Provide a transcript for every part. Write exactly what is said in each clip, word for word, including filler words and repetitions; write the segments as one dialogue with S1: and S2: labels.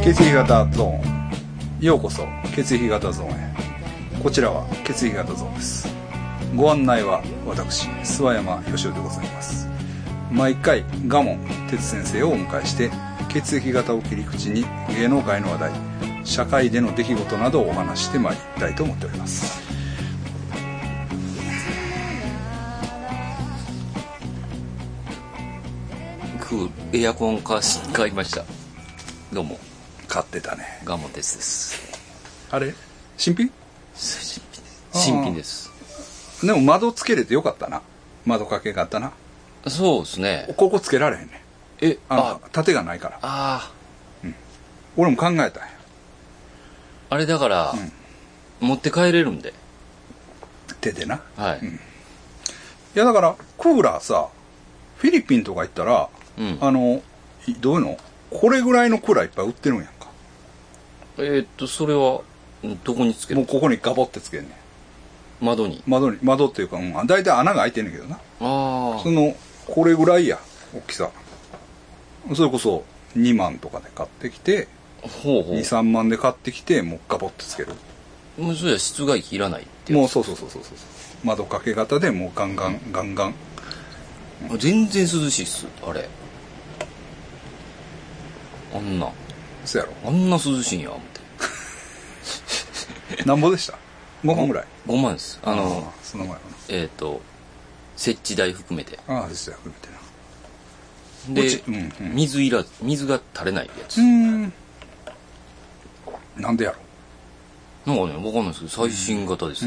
S1: 血液型ゾーン、ようこそ血液型ゾーンへ。こちらは血液型ゾーンです。ご案内は私諏訪山義雄でございます。毎回賀門哲先生をお迎えして血液型を切り口に芸能界の話題、社会での出来事などをお話してまいりたいと思っております。
S2: エアコン買いました。どうも。
S1: 買ってたね。
S2: ガモテスです。
S1: あれ新品？
S2: 新品です。新品です。
S1: でも窓つけれてよかったな。窓掛けがあったな。
S2: そうですね。
S1: ここつけられへんね。
S2: え、
S1: あ、縦がないから。
S2: ああ、
S1: うん。俺も考えたんや。
S2: あれだから、うん、持って帰れるんで。
S1: 手でな。
S2: はい。うん、
S1: いやだからクーラーさ、フィリピンとか行ったら、うん、あのどういうの？これぐらいのクーラーいっぱい売ってるんやんか。
S2: えー、っとそれはどこにつける？
S1: もうここにガボってつけんねん。
S2: 窓に。
S1: 窓に窓っていうか、うん、だいたい穴が開いてんねんけどな。
S2: ああ。
S1: そのこれぐらいや大きさ。それこそにまんとかで買ってきて、
S2: ほうほう。
S1: に、さんまんで買ってきてもうガボってつける。
S2: もうそれは室外機いらないって
S1: もうそうそうそうそうそう。窓掛け型でもうガンガン、うん、ガンガン。
S2: うん、全然涼しいっすあれ。あんな。
S1: そうやろ。
S2: あんな涼しいんや思って。
S1: なんぼでした？ごまんぐらい。
S2: ごまんです。あの
S1: あその前は
S2: えっ、ー、と設置代含めて。
S1: ああ設置代含めてな。
S2: で、うんうん、水いらず水が垂れないやつ。
S1: うーん。なんでやろ。
S2: なんかねわかんないですけど最新型です。うん。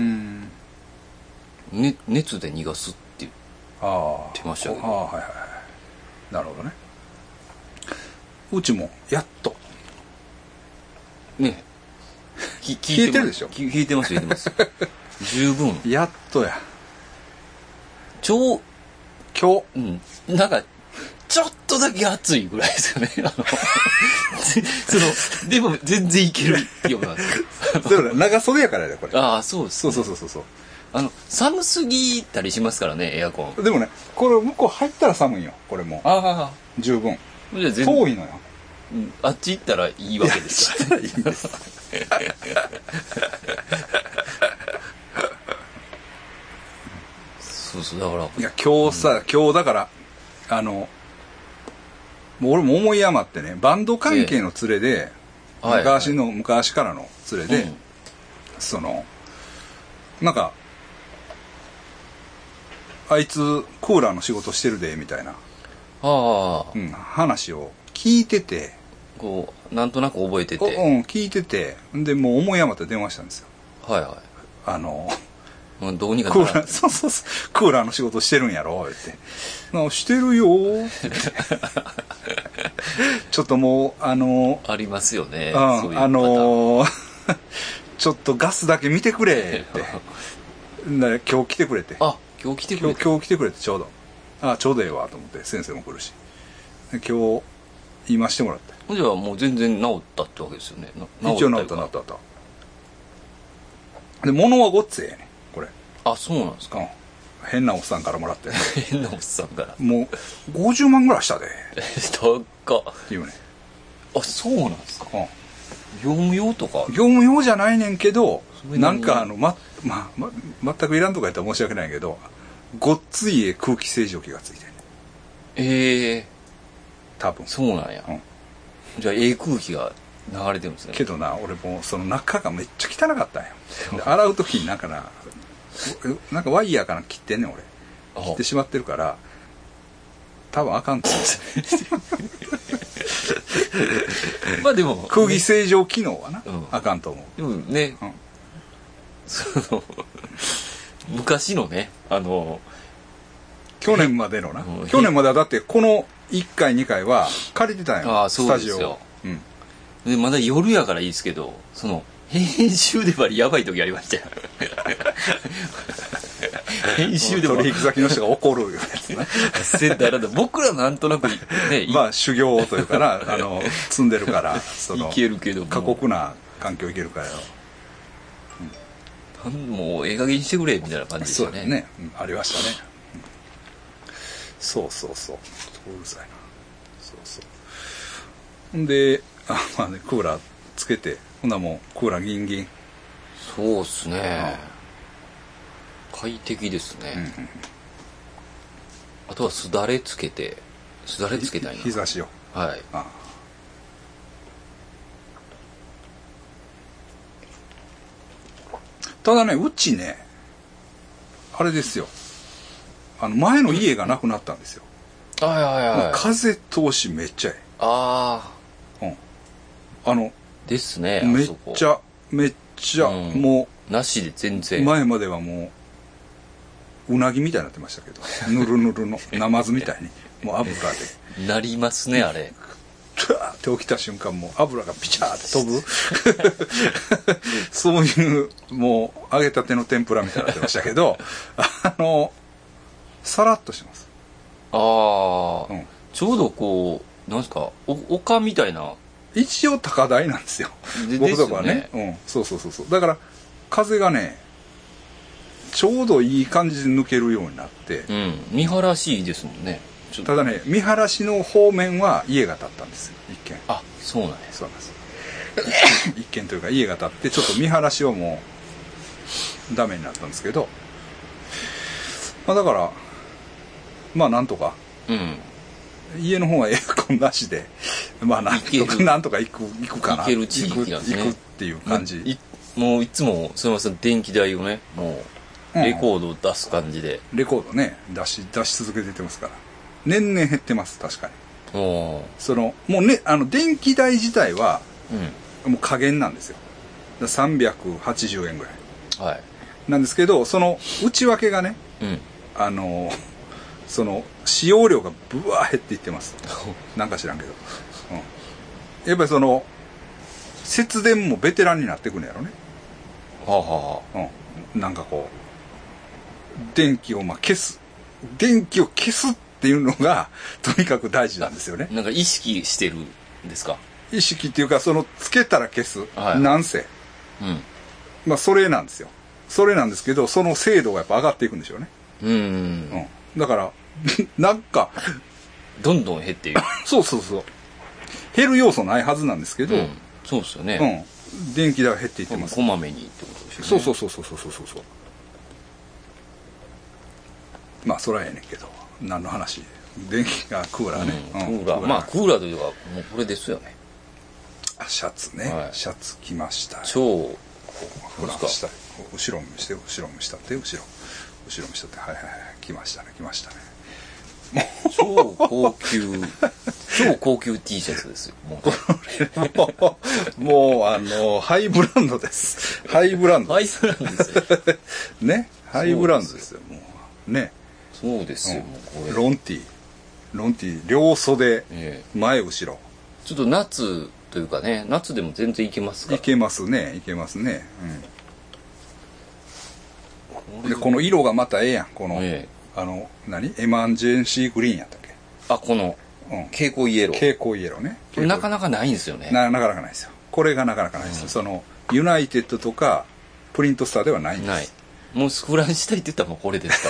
S2: ね、熱で逃がすって言ってましたけど。
S1: ああはいはいはい。なるほどね。うちもやっと
S2: ね
S1: 聞いてるでしょ。
S2: 聞いてます聞いてます十分
S1: やっとや
S2: 超
S1: 今日、
S2: うん、なんかちょっとだけ暑いぐらいですよねあのそのでも全然いけるようなんですよ
S1: そうだ長袖やからねこれ。
S2: ああそうです、
S1: ね、そうそうそうそう。
S2: あの寒すぎたりしますからねエアコン。
S1: でもねこれ向こう入ったら寒いよこれも。
S2: ああ
S1: 十分。
S2: じゃ全
S1: 遠いのよ。
S2: うん、あっち行ったらいいわけですから。いいんです。そうそうだから。
S1: いや今日さ、うん、今日だからあのもう俺も思い余ってねバンド関係の連れで、えー、昔の、はいはい、昔からの連れで、うん、そのなんかあいつクーラーの仕事してるでみたいな、
S2: あ、
S1: うん、話を聞いてて。
S2: こうなんとなく覚えてて、
S1: うん、聞いててでもう思い余って電話したんですよ。
S2: はいはい。
S1: あの
S2: もうどうにか
S1: クーラーそうそうそうクーラーの仕事してるんやろってなしてるよってちょっともうあの
S2: ありますよね、
S1: うん、
S2: そういう
S1: あのちょっとガスだけ見てくれって今日来てくれて。
S2: あ今日来てくれて
S1: 今日、今日来てくれてちょうどあちょうどええわと思って先生も来るし今日言いましてもらって
S2: じゃあもう全然治ったってわけですよね。
S1: 一応治った治った治ったで物はごっつええねこれ。
S2: あそうなんですか、うん、
S1: 変なおっさんからもらって
S2: 変なおっさんから
S1: もうごじゅうまんぐらいしたで
S2: 高っ
S1: っていうね。
S2: あそうなんですか、うん、業務用とか
S1: 業務用じゃないねんけどなんかあのままま全くいらんとか言ったら申し訳ないけどごっつい空気清浄機がついてるね。
S2: ええー、
S1: 多分
S2: そうなんや、うん、じゃあええ空気が流れてるんですね。
S1: けどな俺もうその中がめっちゃ汚かったんよで洗う時になんかななんかワイヤーかな切ってんねん俺。切ってしまってるから多分あかんと思う
S2: まあでも
S1: 空気清浄機能はな、
S2: うん、
S1: あかんと思う。
S2: でもね、うん、その昔のねあの
S1: 去年までのな、去年まではだってこのいっかいにかいは借りてたんよ。
S2: ああそうですよ、
S1: スタジオ、うん、
S2: でまだ夜やからいいですけどその編集ではやばい時ありましたよ編集でも
S1: 取引先の人が怒るやつね
S2: 僕らなんとなくね
S1: まあ修行というかなあの積んでるからその
S2: いけるけど
S1: 過酷な環境いけるからよ、
S2: うん、もうええ加減にしてくれみたいな感じでしたね。
S1: そうですね、うん、ありましたね、うん、そうそうそううるさいな。そうそう。んであ、まあね、クーラーつけて、ほんなもうクーラーギンギン。
S2: そうっすね。快適ですね。うんうん、あとはすだれつけて、すだれつけたいな。
S1: 日差しを。
S2: はい。ああ、
S1: ただね、うちね、あれですよ。あの、前の家がなくなったんですよ。
S2: はいはいはい。
S1: 風通しめっちゃいい。
S2: あ
S1: あ。うん。あの、
S2: ですね。
S1: めっちゃ、めっちゃ、うん、も
S2: う。なしで全然。
S1: 前まではもう、うなぎみたいになってましたけど、ぬるぬるの、ナマズみたいに、もう油で。
S2: なりますね、あれ。
S1: トゥワーって起きた瞬間もう油がピチャーって飛ぶそういうもう揚げたての天ぷらみたいになってましたけどあのさらっとします。
S2: ああ、うん、ちょうどこうなんですかお丘みたいな
S1: 一応高台なんですよ僕とかはね、うん、そうそうそうそうだから風がねちょうどいい感じで抜けるようになって、
S2: うん、見晴らしいいですもんね。
S1: ただね、見晴らしの方面は家が建ったんですよ、一軒。
S2: あ、そうなんや。
S1: そうなんです。一軒というか家が建って、ちょっと見晴らしはもう、ダメになったんですけど、まあだから、まあなんとか、
S2: うん、
S1: 家の方はエアコンなしで、まあなんとか、なんとか行く、行くかな。
S2: 行ける地域なんですね。
S1: 行くっていう感じ。
S2: いもういつも、すみません、電気代をね、もう、レコードを出す感じで。
S1: うん、レコードね、出し、出し続けててますから。年々減ってます、確かに。そのもうねあの電気代自体は、うん、もう加減なんですよ。さんびゃくはちじゅうえんぐらい、はい、なんですけどその内訳がね、うん、あのその使用量がブワー減っていってますなんか知らんけど、うん、やっぱりその節電もベテランになってくるんやろね。
S2: はあは
S1: あ、うん、なんかこう電気をまあ消す電気を消すっていうのがとにかく大事なんですよね。
S2: なんか意識してるんですか。
S1: 意識っていうかそのつけたら消す、はい、なんせ、
S2: うん、
S1: まあそれなんですよ。それなんですけどその精度がやっぱ上がっていくんでしょうね。
S2: うん、うん、
S1: だからなんか
S2: どんどん減っていく
S1: そうそうそう減る要素ないはずなんですけど、うん、
S2: そうですよね、
S1: うん、電気代が減っていってます。
S2: こまめにってことですよね。
S1: そうそうそうそうそうそうそうまあそれはええねんけど何の話。電気がクーラーね、
S2: うんうん、クーラー、うん、まあクーラーというかもうこれですよね。
S1: シャツね、はい、シャツ着ました。
S2: 超
S1: ほら下後ろ見して後ろ見したって後ろ後ろ見したってはいはいはい来ましたね来ましたね。
S2: 超高級超高級 T シャツですよ。も
S1: うもうあのハイブランドです。ハイブランド
S2: ハイブランドですよ
S1: ねハイブランドですよ。もうね
S2: そうですよ、うん、もうこれ
S1: ロンティロンティ両袖、ええ、前後ろ
S2: ちょっと夏というかね夏でも全然いけますか。
S1: いけますねいけますね、うん、でこの色がまたええやんこの、ええ、あの何エマンジェンシーグリーンやったっけ。
S2: あこの、うん、蛍光イエロー
S1: 蛍光イエローね。
S2: なかなかないんですよね。
S1: な, なかなかないですよこれがなかなかないですよ、うん、そのユナイテッドとかプリントスターではないんです。
S2: ないもうスクランしたいって言ったらもうこれです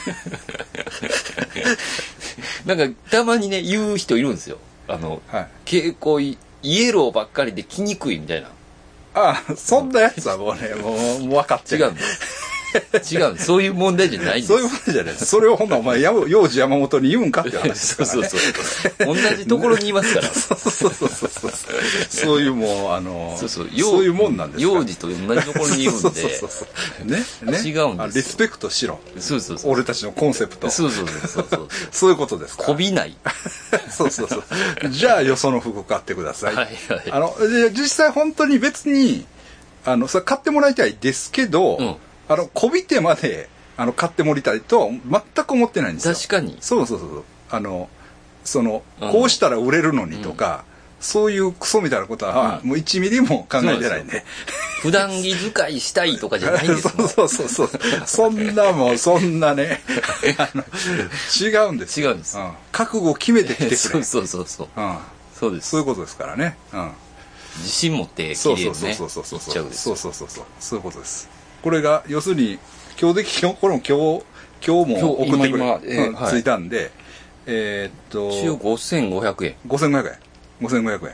S2: からなんかたまにね言う人いるんですよ。あの、はい、蛍光イエローばっかりで着にくいみたいな。
S1: ああそんなやつはもうねもうもう分かっちゃう。
S2: 違うんです違うそういう問題じゃないんです。
S1: そういう問題じゃないです。それをほんなお前幼児山本に言うんかっていう話ですからね。
S2: そうそうそう同じところにいますから
S1: そうそうそうそうそうそういうもうあの
S2: そうそう
S1: そういうもんなんですから。
S2: 幼児と同じところにいるんでそうそうそうそうねね違うんですよ。
S1: リスペクトしろ。
S2: そうそうそう
S1: 俺たちのコンセプト。
S2: そうそうそうそう
S1: そういうことですから。
S2: こびない
S1: そうそうそうじゃあよその服買ってください。
S2: はいはい。
S1: あの実際本当に別にあのそれ買ってもらいたいですけど、うんあのこびてまであの買ってもらいたいと全く思ってないんですよ。
S2: 確かに
S1: そうそうそうあのその、うん、こうしたら売れるのにとか、うん、そういうクソみたいなことは、うん、もういちミリも考えてないんで
S2: 普段着使いしたいとかじゃないんです
S1: もんそうそうそうそうそんなもんそんなねあの違うんです
S2: 違うんです、うん、
S1: 覚悟決めてきてくれ
S2: そうそうそうそう、うん、そうです
S1: そういうことですからね、うん、
S2: 自信持って綺麗にね
S1: そうそうそうそうそう
S2: そう
S1: そうそうそうそういうことです。これが要するに今日で今日これも今日今日も送ってくれ、えーうん、ついたんで、えー、っと
S2: 一応ごせんごひゃくえん
S1: ごせんごひゃくえんごせんごひゃくえん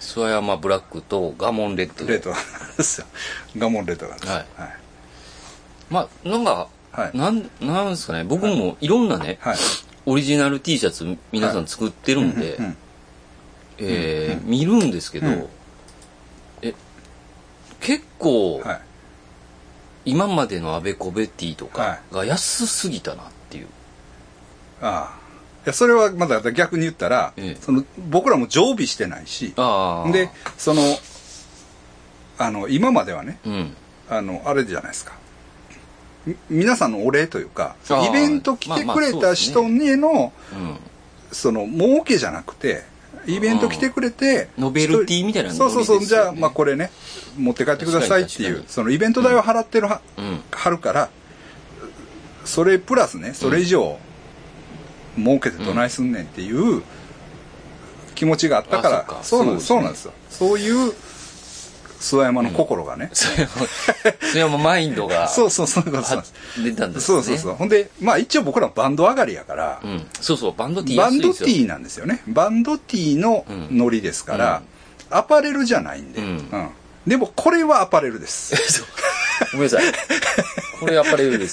S2: 諏訪山ブラックとガモンレッド
S1: レッドですよ。ガモンレッドがです。
S2: はい。
S1: はい、
S2: まあなんか、はい、なんなんですかね、僕もいろんなね、はい、オリジナル T シャツ皆さん作ってるんで、はい、うんうん、えーうんうん、見るんですけど、うん、え結構、はい、今までのアベコベティとかが安すぎたなっていう。
S1: はい、ああ。いやそれはまだ逆に言ったら、ええ、その僕らも常備してないし、でそのあの今まではね、うん、あのあれじゃないですか。皆さんのお礼というか、イベント来てくれた人にの、その儲けじゃなくて、イベント来てくれて、
S2: ノベルティみたいなの、ね、
S1: そうそうそう、じゃあまあこれね持って帰ってくださいっていう、そのイベント代を払ってるは、うん、はるから、それプラスね、それ以上、うん儲けてどないすんねんっていう気持ちがあったから、うん、そうなんです、そうなんですよ。そういう諏訪山の心がね、諏
S2: 訪山マインドが
S1: そうそうそう
S2: 出たんですね。
S1: そうそうそう。ほんでまあ一応僕らバンド上がりやから、
S2: うん、そうそうバンド T
S1: バンド T なんですよね。バンド T のノリですから、うん、アパレルじゃないんで、うんうん、でもこれはアパレルです。
S2: ごめんなさい。これアパレルです。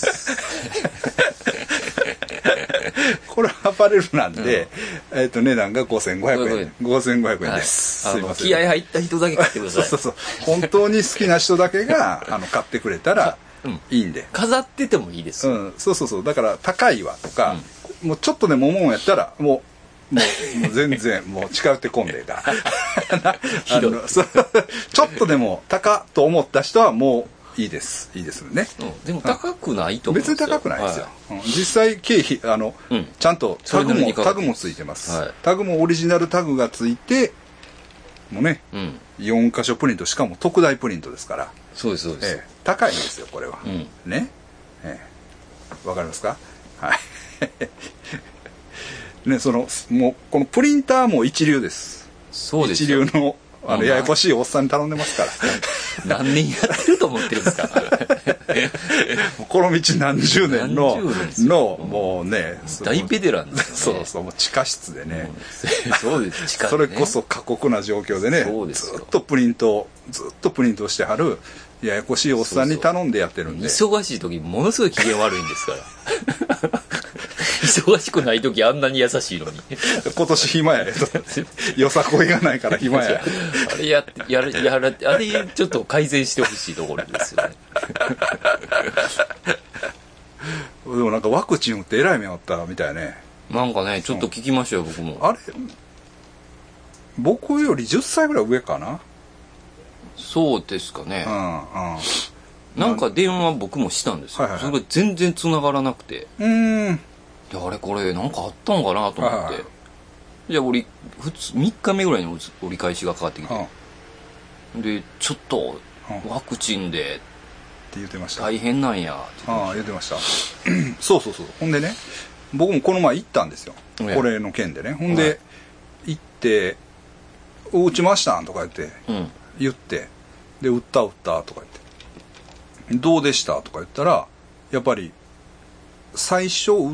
S1: これはアパレルなんで、うん、えっと値段がごせんごひゃくえん。ごせんごひゃくえんです。
S2: はい、すいません。気合入った人だけ買ってください。
S1: そうそうそう。本当に好きな人だけがあの買ってくれたらいいんで。
S2: 飾っててもいいです。
S1: うん。そうそうそう。だから高いわとか、うん、もうちょっとでも思うんやったらもうもうもう全然もう近寄ってこんでが。ひどい。ちょっとでも高と思った人はもういいですいいですね、
S2: うん、でも高くないと思うん
S1: ですよ。別に高くないですよ、はい、うん、実際経費あの、うん、ちゃんとタグもタグもついてます、はい、タグもオリジナルタグがついてもうね、うん、よん箇所プリントしかも特大プリントですから。
S2: そうですそうです、
S1: えー、高いんですよこれは、うん、ねえー、わかりますか。はいね、そのもうこのプリンターも一流です。
S2: そうです
S1: よ一流のあのややこしいおっさんに頼んでますか
S2: ら。何年やってると思ってるんですか。
S1: この道何十年ののもうね
S2: 大ベテランです
S1: よね。そうそうもう地下室でね。
S2: うん、そうです地下で、
S1: ね、それこそ過酷な状況でね。
S2: そうです
S1: ずっとプリントずっとプリントしてはるややこしいおっさんに頼んでやってるんで。
S2: そうそう忙しい時ものすごい機嫌悪いんですから。忙しくない時あんなに優しいのに。
S1: 今年暇や。よさこいがないから暇や。
S2: あれやってやるやるあれちょっと改善してほしいところですよね。
S1: でもなんかワクチン打ってえらい目あったみたいね。
S2: なんかねちょっと聞きましたよ、うん、僕も。
S1: あれ僕よりじゅっさいぐらい上かな。
S2: そうですかね。
S1: うんうん。
S2: なんか電話僕もしたんですよ、はいはいはい、それが全然繋がらなくて、
S1: うーん
S2: であれこれなんかあったんかなと思って、はいはい、じゃあ折りふつみっかめぐらいに折り返しがかかってきて、はあ、でちょっとワクチンで
S1: って言ってました。
S2: 大変なんやって言ってました。
S1: ああ言ってましたそうそうそう。ほんでね僕もこの前行ったんですよ、これの件でね。ほんで、はい、行って打ちましたとか言って、うん、言ってで打った打ったとか言ってどうでしたとか言ったらやっぱり最初打って、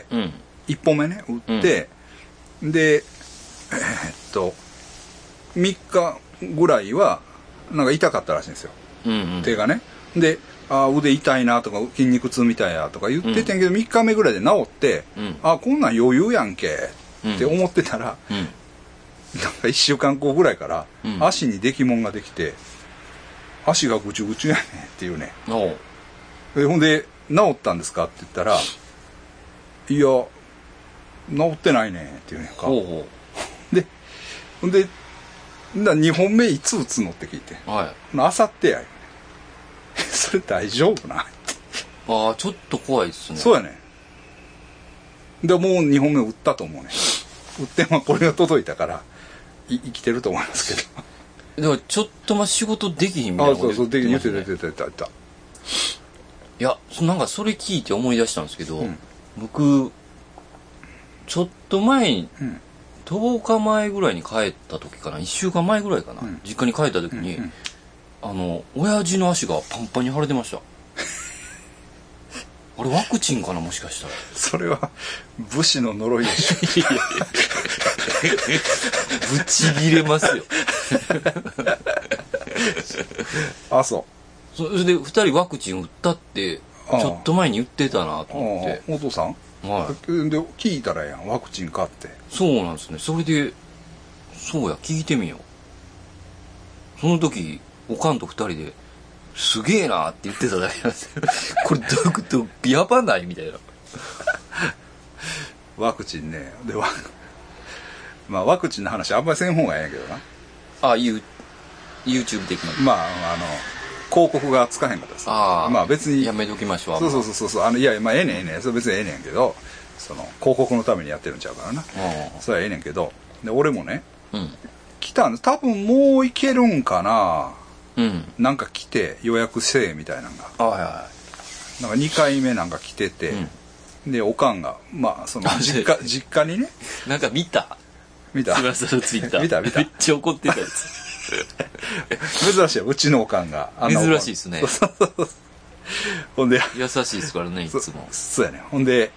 S1: うん、いっぽんめね打って、うん、でえー、っとみっかぐらいはなんか痛かったらしいんですよ、うんうん、手がね。であ腕痛いなとか筋肉痛みたいやとか言っててんけど、うん、みっかめぐらいで治って、うん、あこんなん余裕やんけって思ってたら、うん、なんかいっしゅうかんごぐらいから、うん、足にできもんができて足がぐちゅぐちゅやねんっていうね。でほんで治ったんですかって言ったらいや治ってないねんっていうねんか。ほうほうでほんでにほんめいつ打つのって聞いて、はい、あさってやそれ大丈夫なって。
S2: ああちょっと怖いっすね。
S1: そうやねん。でもうにほんめ打ったと思うね。打ってまあこれが届いたからい生きてると思いますけど。
S2: だからちょっとま仕事できひんみたいなこと言ってましたね。あそうそうできひん言ってた言ってた言ってた。
S1: い
S2: やなんかそれ聞いて思い出したんですけど、うん、僕ちょっと前に、うん、とおかまえぐらいに帰った時かないっしゅうかんまえぐらいかな、うん、実家に帰った時に、うんうん、あの親父の足がパンパンに腫れてました。あれワクチンかなもしかしたら。
S1: それは武士の呪いでしょ。
S2: ぶち切れますよ。
S1: あ、そう。
S2: それでふたりワクチン打ったってちょっと前に言ってたなと思って。
S1: お父さん、はい、で聞いたらやん、ワクチンかって。
S2: そうなんですね。それでそうや、聞いてみよう。その時おかんとふたりですげえなって言ってただけなんですよ。これどういうことやばないみたいな。
S1: ワクチンね。でワまあワクチンの話あんまりせん方がええんやけどな。
S2: あ、ユー YouTube 的に。
S1: まああの広告がつかへんかったです。あまあ別に
S2: やめときましょう。
S1: そうそうそうそう、あのいやまあええねんええねん、それ別にええねんけど、その広告のためにやってるんちゃうからな。それはええねんけど、で俺もね、うん、来たんです。多分もういけるんかな。うん、なんか来て予約せえみたいなのが、あ、はいはい、なんかにかいめなんか来てて、うん、でおかんがまあその実家実家にね、
S2: なんか見た
S1: 見た
S2: 菅さんのツイッター
S1: 見た見た
S2: めっちゃ怒ってたやつ
S1: 珍しいよ、うちのおかんが
S2: あんな珍しいですね。
S1: ほんで
S2: 優しいですからね、いつも。
S1: そ, そうやね。ほんで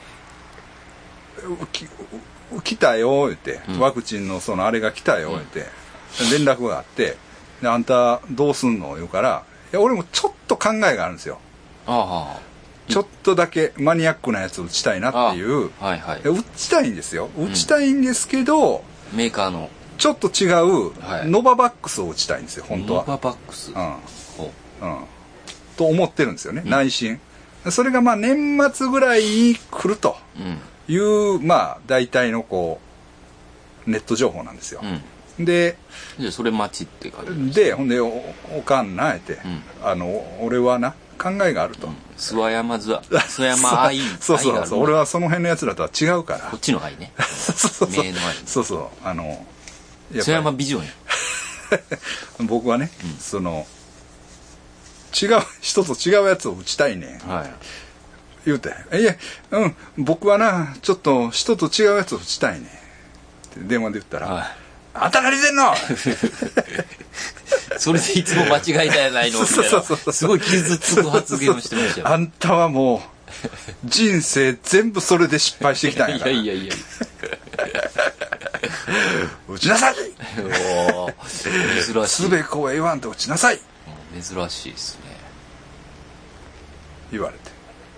S1: 来たよ言って、うん、ワクチンのそのあれが来たよ言って、うん、連絡があって、であんたどうすんの言うから、いや俺もちょっと考えがあるんですよ。ああ、ちょっとだけマニアックなやつ打ちたいなっていう、はいはい、打ちたいんですよ、打ちたいんですけど、
S2: うん、メーカーの
S1: ちょっと違う、はい、ノババックスを打ちたいんですよ本当は。
S2: ノババックス、うん
S1: うん、と思ってるんですよね、うん、内心。それがまあ年末ぐらいに来るという、うん、まあ大体のこうネット情報なんですよ、うん、で
S2: じゃあそれ待ちって感
S1: じで、ほんで お, おかんなえて、うん、あの俺はな考えがあると、
S2: 諏訪山諏訪山愛
S1: そうそうそう、俺はその辺のやつらとは違うから、
S2: こっちの愛ね
S1: そうそうそう
S2: 名の愛
S1: そうそう、あの
S2: 諏訪山ビジョンや
S1: 僕はね、うん、その違う人と違うやつを打ちたいねん、はい、言うて、いやうん僕はなちょっと人と違うやつを打ちたいねんって電話で言ったら、はい、あんた何してんの
S2: それでいつも間違えたやないのみたいなすごい傷つく発言をしてましたよ。
S1: あんたはもう人生全部それで失敗してきたんやから。
S2: いやいやいや
S1: 打ちなさい
S2: お珍しい。
S1: すべこは言わんと打ちなさい。
S2: 珍しいですね
S1: 言われて、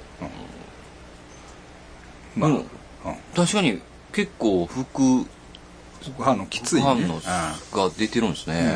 S2: うん、まあ、うんうん、確かに結構副
S1: 副反応きついね、
S2: 反応が出てるんですね、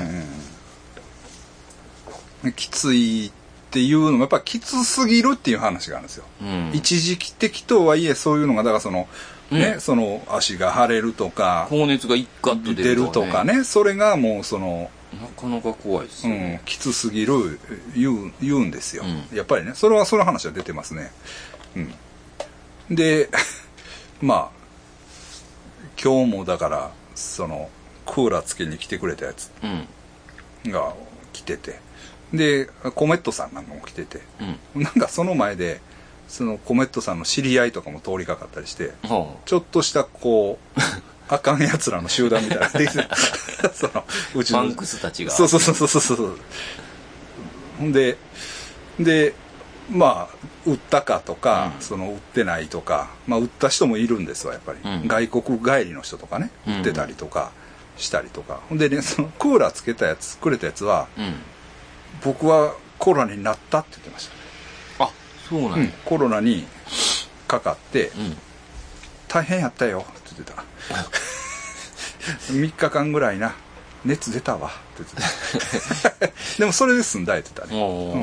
S1: うんうん、きついっていうのがやっぱきつすぎるっていう話があるんですよ、うん、一時期的とはいえそういうのがだからその、うん、ね、その足が腫れるとか
S2: 高熱が一カッと出るとか、ね、
S1: 出るとかね、それがもうその
S2: なかなか怖いですね、
S1: うん、きつすぎる言う、言うんですよ、うん、やっぱりね、それはその話は出てますね、うん、でまあ今日もだからそのクーラーつけに来てくれたやつが来てて、でコメットさんなんかも来てて、うん、なんかその前でそのコメットさんの知り合いとかも通りかかったりして、はあ、ちょっとしたこうあかんやつらの集団みたいなでそのうちの
S2: バンクスたちが
S1: そうそうそうそうそうほんででまあ売ったかとか、うん、その売ってないとか、まあ売った人もいるんですわやっぱり、うん、外国帰りの人とかね売ってたりとかしたりとか、うん、ほんでねそのクーラーつけたやつくれたやつは、うん、僕はコロナになったって言ってましたね。
S2: あ、そうなんや、うん、
S1: コロナにかかって、うん、大変やったよって言ってたみっかかんぐらいな熱出たわって言ってたでもそれで済んだ言ってたね、うん、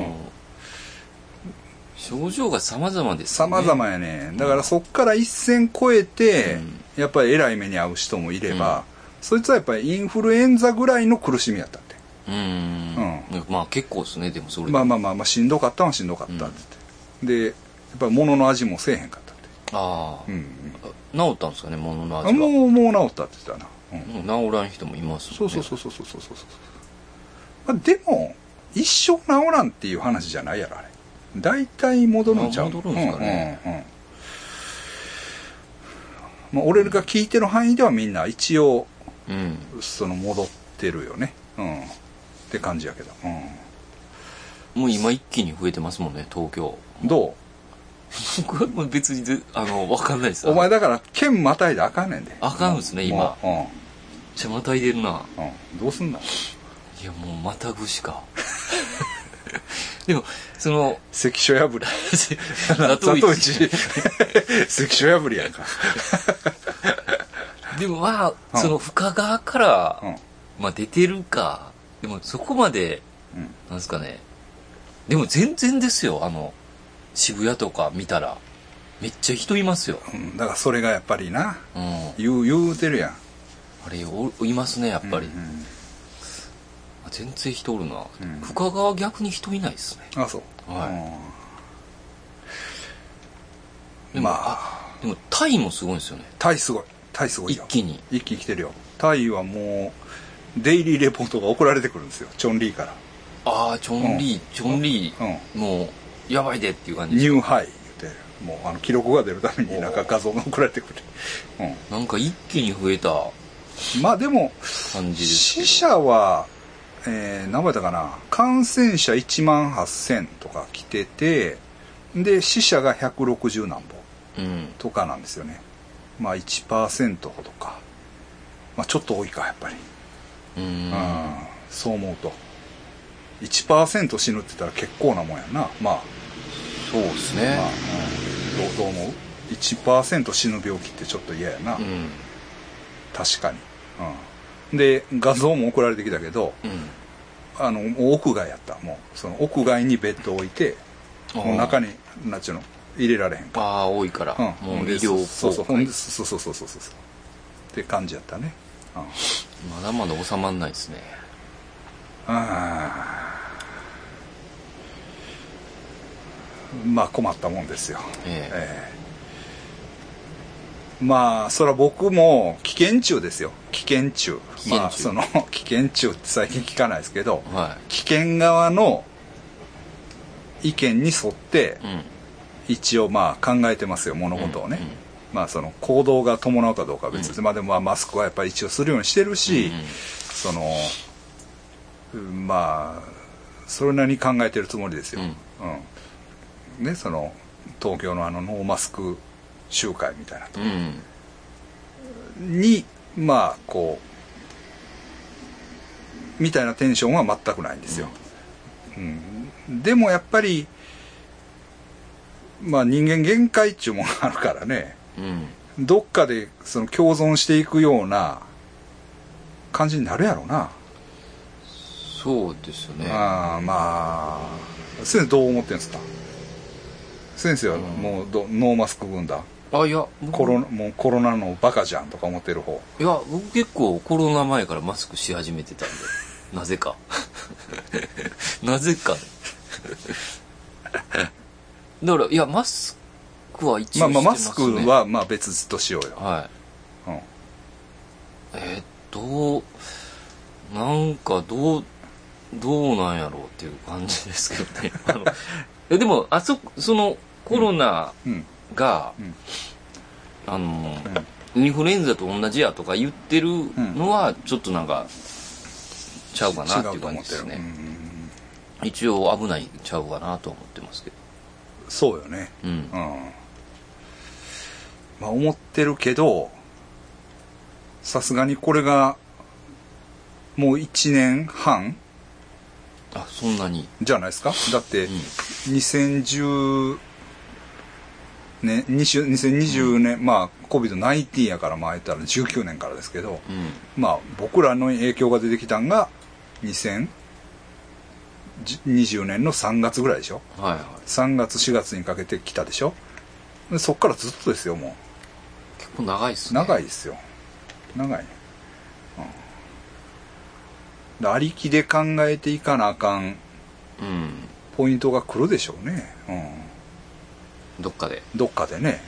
S2: 症状が様々です
S1: ね。様々やね。だからそっから一線越えて、うん、やっぱりえらい目に遭う人もいれば、うん、そいつはやっぱりインフルエンザぐらいの苦しみやったって。
S2: うん、うん、まあ結構ですね、でもそれで
S1: まあまあまあ、まあ、しんどかったのはしんどかったって言って、うん、でやっぱり物の味もせえへんかったって。ああ、
S2: うん、治ったんですかね、物の味は。
S1: もうもう治ったって言ってたな、
S2: うん、もう治らん人もいますもんね。
S1: そうそうそうそうそうそうそう、まあ、でも一生治らんっていう話じゃないやろあれ。大体戻るんちゃう。
S2: 戻るんですかね、うんうんうん、
S1: まあ、俺が聞いてる範囲ではみんな一応、うん、その戻ってるよね、うん、って感じやけど、
S2: うん、もう今一気に増えてますもんね東京。
S1: どう？
S2: 僕はもう別にあの分かんないです。
S1: お前だから県またいであかんねんで。
S2: あかんですね今、うん、 ちゃまたいでるな。
S1: うん、どうすんの？
S2: いやもうまたぐしか。でもその
S1: 関所破り。ザトウイチ。関所破りやんか。
S2: でもまあ、うん、その深川から、うん、まあ出てるか。でもそこまで、うん、なんですかね。でも全然ですよ。あの渋谷とか見たらめっちゃ人いますよ。
S1: うん、だからそれがやっぱりな。うん、言う言うてるやん。
S2: あれおいますねやっぱり。うんうん、全然人おるな、うん、深川逆に人いないですね。
S1: あ、そう。はい。
S2: でも、まあ、でもタイもすごいですよね。
S1: タイすごい。タイすごいよ。
S2: 一気に
S1: 一気に来てるよ。タイはもうデイリーレポートが送られてくるんですよ。チョンリーから。
S2: ああ、チョンリー、うん、チョンリー、うん、もうやばいでっていう感じ
S1: ですか。ニューハイ言ってもうあの記録が出るためになんか画像が送られてくる。
S2: うん、なんか一気に増えた。
S1: まあでも死者は、えー、何倍だかな、感染者いちまんはっせんとか来てて、で死者がひゃくろくじゅうなんぼとかなんですよね。うん、まあ いちパーセント ほどか、まあ、ちょっと多いかやっぱり。うん、うん、そう思うと いちパーセント 死ぬって言ったら結構なもんやな。まあ
S2: そうですね。まあ、
S1: うん、どう、どう思う？ いちパーセント 死ぬ病気ってちょっと嫌やな。うん、確かに。うん、で画像も送られてきたけど、うん、あの屋外やった。もうその屋外にベッドを置いて、もう中になんちゅうの入れられへんか。
S2: ああ多いから、うん、もう医療
S1: そうそうそうそうそうそうそうそうって感じやったね。
S2: うん、まだまだ収まんないですね。
S1: あまあ困ったもんですよ。ええええまあそれは僕も危険中ですよ。危険中。まあその危険中って最近聞かないですけど、はい、危険側の意見に沿って、うん、一応まあ考えてますよ、物事をね。うんうん、まあその行動が伴うかどうかは別で、うん、まあでもまあマスクはやっぱり一応するようにしてるし、うんうん、そのまあそれなりに考えてるつもりですよ。うんうん、ね、その東京のあのノーマスク集会みたいなと、うん、にまあこうみたいなテンションは全くないんですよ。うんうん、でもやっぱりまあ人間限界っちゅうものがあるからね、うん、どっかでその共存していくような感じになるやろうな。
S2: そうですよね。
S1: あまあ先生どう思ってんですか？先生はもうど、うん、ノーマスク軍団？
S2: あいや
S1: コロもうコロナのバカじゃんとか思ってる方？
S2: いや僕結構コロナ前からマスクし始めてたんでなぜかなぜかだからいやマスクは一応してますね。まあまあマスクはまあ別としようよ。はい。うん、えー、っとなんかどうどうなんやろうっていう感じですけどね。あのえでもあそそのコロナが、うんうん、あの、うん、インフルエンザと同じやとか言ってるのはちょっとなんかちゃうかなっていう感じですね。一応危ないちゃうかなと思ってますけど。
S1: そうよね。うん。うん、まあ思ってるけど、さすがにこれがもういちねんはん。
S2: あ、そんなに
S1: じゃないですか。だって、うん、にせんじゅうね、にせんにじゅうねん、うん、まあ コビッドナインティーン やからまあ言ったらじゅうきゅうねんからですけど、うん、まあ僕らの影響が出てきたんがにせんにじゅうねんのさんがつぐらいでしょ、はいはい、さんがつしがつにかけてきたでしょ。でそっからずっとですよ。も
S2: う結構長いっすね。
S1: 長いですよ、長い、うん、ありきで考えていかなあかん、うん、ポイントが来るでしょうね、
S2: うん、どっかで
S1: どっかでね、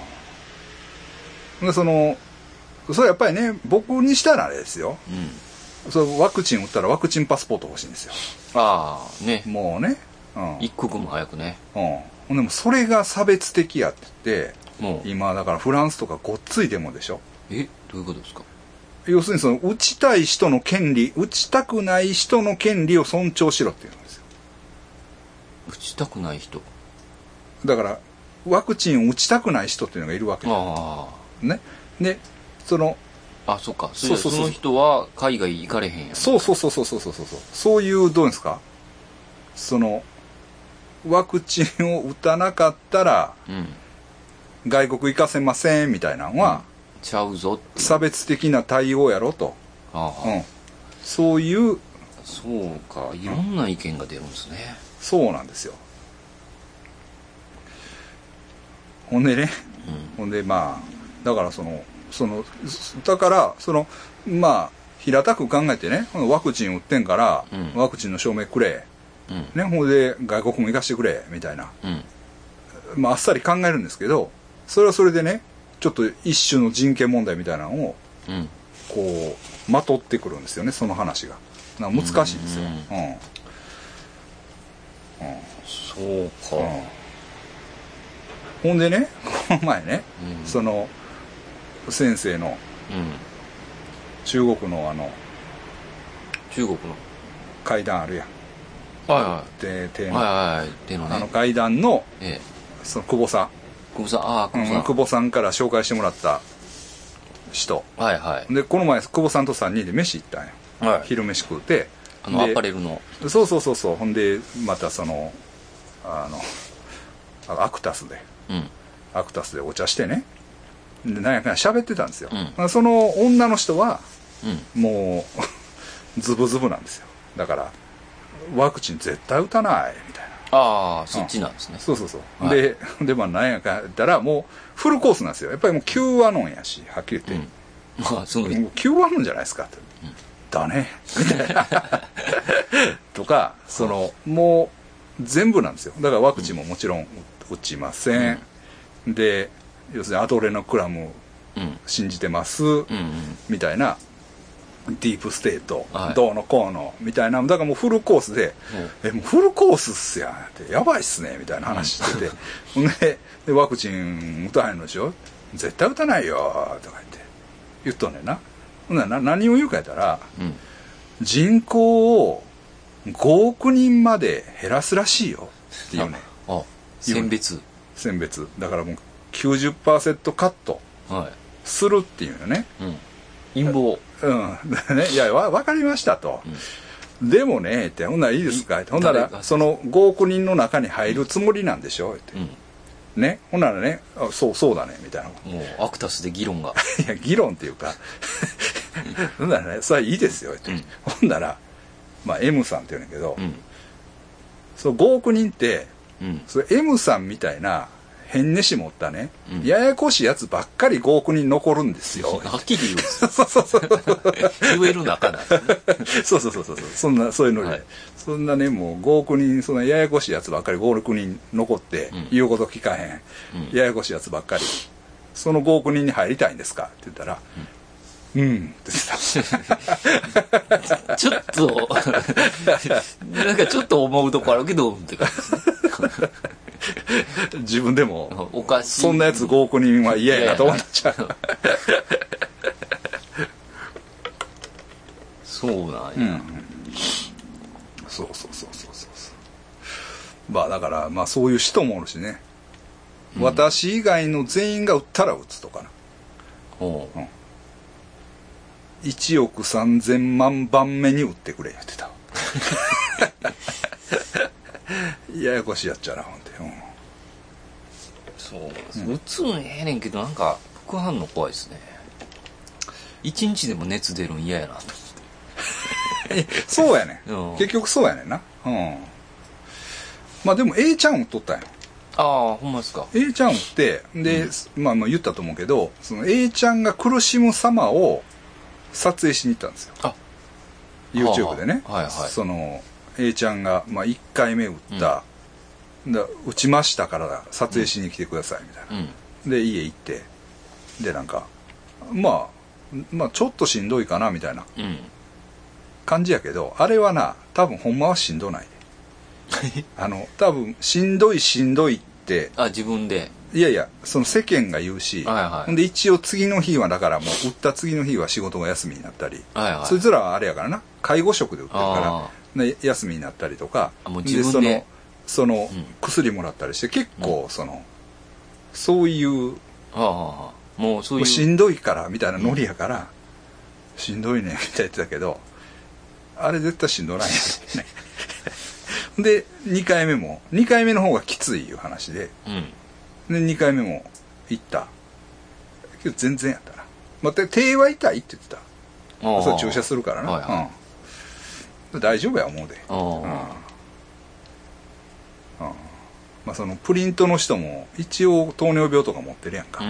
S1: うん、でそのそれやっぱりね僕にしたらあれですよ、うん、それワクチン打ったらワクチンパスポート欲しいんですよ。
S2: ああね、
S1: もうね、
S2: うん、一刻も早くね、
S1: うん、でもそれが差別的やって言って、今だからフランスとかごっついデモでしょ。
S2: えどういうことですか？
S1: 要するにその打ちたい人の権利、打ちたくない人の権利を尊重しろっていうんですよ。
S2: 打ちたくない人
S1: だからワクチンを打ちたくない人っていうのがいるわけです、ね、でその
S2: あ、そっか。そうそうそう。その人は海外行かれへんやん。
S1: そうそうそうそうそうそうそう。そういう、どうですか？その、ワクチンを打たなかったら、うん、外国行かせませんみたいなのは、
S2: うん、ちゃうぞって
S1: 差別的な対応やろと。ああ、うん。そういう。
S2: そうか。いろんな意見が出るんですね。
S1: そうなんですよ。ほんでね、うん、ほんでまあ、だからその、その、だから、その、まあ、平たく考えてね、ワクチン打ってんから、うん、ワクチンの証明くれ。うん、ね、ほんで外国も行かしてくれみたいな、うん、まああっさり考えるんですけど、それはそれでね、ちょっと一種の人権問題みたいなのを、うん、こうまとってくるんですよね、その話が。なんか難しいですよ。うん、うん
S2: うん、そうか、うん、
S1: ほんでね、この前ね、うん、その先生の、うん、中国のあの
S2: 中国の
S1: 会談あるやん。
S2: はいはい、
S1: で、手の、
S2: はいはい、手のね、
S1: あの会談の、ええ、その久保さん、
S2: 久保さん、ああ、久保さん、
S1: うん、久保さんから紹介してもらった人、
S2: はいはい。
S1: で、この前久保さんとさんにんで飯行ったんよ。はい、昼飯食うて、
S2: あのアパレルの、
S1: そうそうそうそう、ほんでまたそのあのアクタスで、うん、アクタスでお茶してね、でなんやかんや喋ってたんですよ。うん、その女の人は、うん、もうズブズブなんですよ。だから。ワクチン絶対打たないみたい
S2: な。ああ、そっちなんですね。
S1: そうそうそう、はい、ででまあ何やか言ったらもうフルコースなんですよ。やっぱりもうきゅうアノンやし、はっきり言って、うん、まあ、そのもうきゅうアノンじゃないですかって、うん、だねみたいなとか、そのもう全部なんですよ。だからワクチンももちろん打ちません、うん、で要するにアトレノクラム信じてます、うんうん、みたいな、ディープステート、はい、どうのこうのみたいな、だからもうフルコースで、うん、えもうフルコースっすやんってやばいっすねみたいな話してて、うん、で, でワクチン打たへんのでしょ、絶対打たないよとか言って言っとんねんな。ほんなら何を言うかやったら、うん、人口をごおくにんまで減らすらしいよっていうね。
S2: ああ、選別
S1: 選別だからもう きゅうじゅっパーセント カットするっていうのね、
S2: はい、うん、陰謀、
S1: うんね、いやわ分かりましたと、うん、でもねってほんならいいですかって、ほんならそのごおくにんの中に入るつもりなんでしょって、うん、ね、ほんならね、あそうそうだねみたいな、
S2: もうアクタスで議論が
S1: いや議論っていうかほんならね、それはいいですよって、うん、ほんなら、まあ、M さんって言うんだけど、うん、そうごおくにんって、うん、それ M さんみたいな変ねし持ったね、うん、ややこしいやつばっかりごおくにん残るんですよ。
S2: はっきり言うんですよ。
S1: そうそうそう。
S2: 言える仲なんですね。
S1: そうそうそうそう。そんな、そういうので、はい、そんなね、もうごおくにん、そんなややこしいやつばっかりご、ろくにん残って、うん、言うこと聞かへん、うん、ややこしいやつばっかり、そのごおくにんに入りたいんですかって言ったら、うん、うん、って
S2: 言ってた。ちょっと、なんかちょっと思うとこあるけど、って感じですね。
S1: 自分でも
S2: おかしい、
S1: そんなやつごおくにんは嫌やなと思っちゃう。
S2: そうなんや、うん、
S1: そうそうそうそうそう、まあだからまあそういう人もおるしね、うん、私以外の全員が打ったら打つとかな、うん、いちおくさんぜんまんばんめに打ってくれ言ってたややこしいやっちゃなほんで、うん、
S2: そう、打つのええねんけどなんか副反応怖いですね。一日でも熱出るん嫌やなと思って
S1: そうやねん、うん、結局そうやねんな、うん、まあでも A ちゃん打っとったんよ。
S2: ああ、ほんまですか。
S1: A ちゃん打ってで、うん、まあまあ言ったと思うけど、その A ちゃんが苦しむ様を撮影しに行ったんですよ。あ YouTube でね、はあ、はいはい、その A ちゃんが、まあ、いっかいめ打った、うん、だ打ちましたから撮影しに来てくださいみたいな、うん、で家行ってでなんかまあまあちょっとしんどいかなみたいな感じやけど、あれはな多分ほんまはしんどないであの多分しんどいしんどいって
S2: あ自分で
S1: いやいやその世間が言うし、はいはい、で一応次の日はだからもう打った次の日は仕事が休みになったり、はいはい、そいつらはあれやからな介護職で打ってるからで休みになったりとか
S2: もう自分で
S1: でそのその、うん、薬もらったりして結構その、うん、そういう、
S2: はあはあ、もうそういう
S1: しんどいからみたいなノリやから、 しんどいねみたいな言ってたけど、あれ絶対しんどないんですよねでにかいめもにかいめの方がきついいう話で、うん、でにかいめも行ったけど全然やったな。まあ、手は痛いって言ってた。そう注射するからな、はいはい、うん、大丈夫や思うで、うんうん、まあそのプリントの人も一応糖尿病とか持ってるやんか、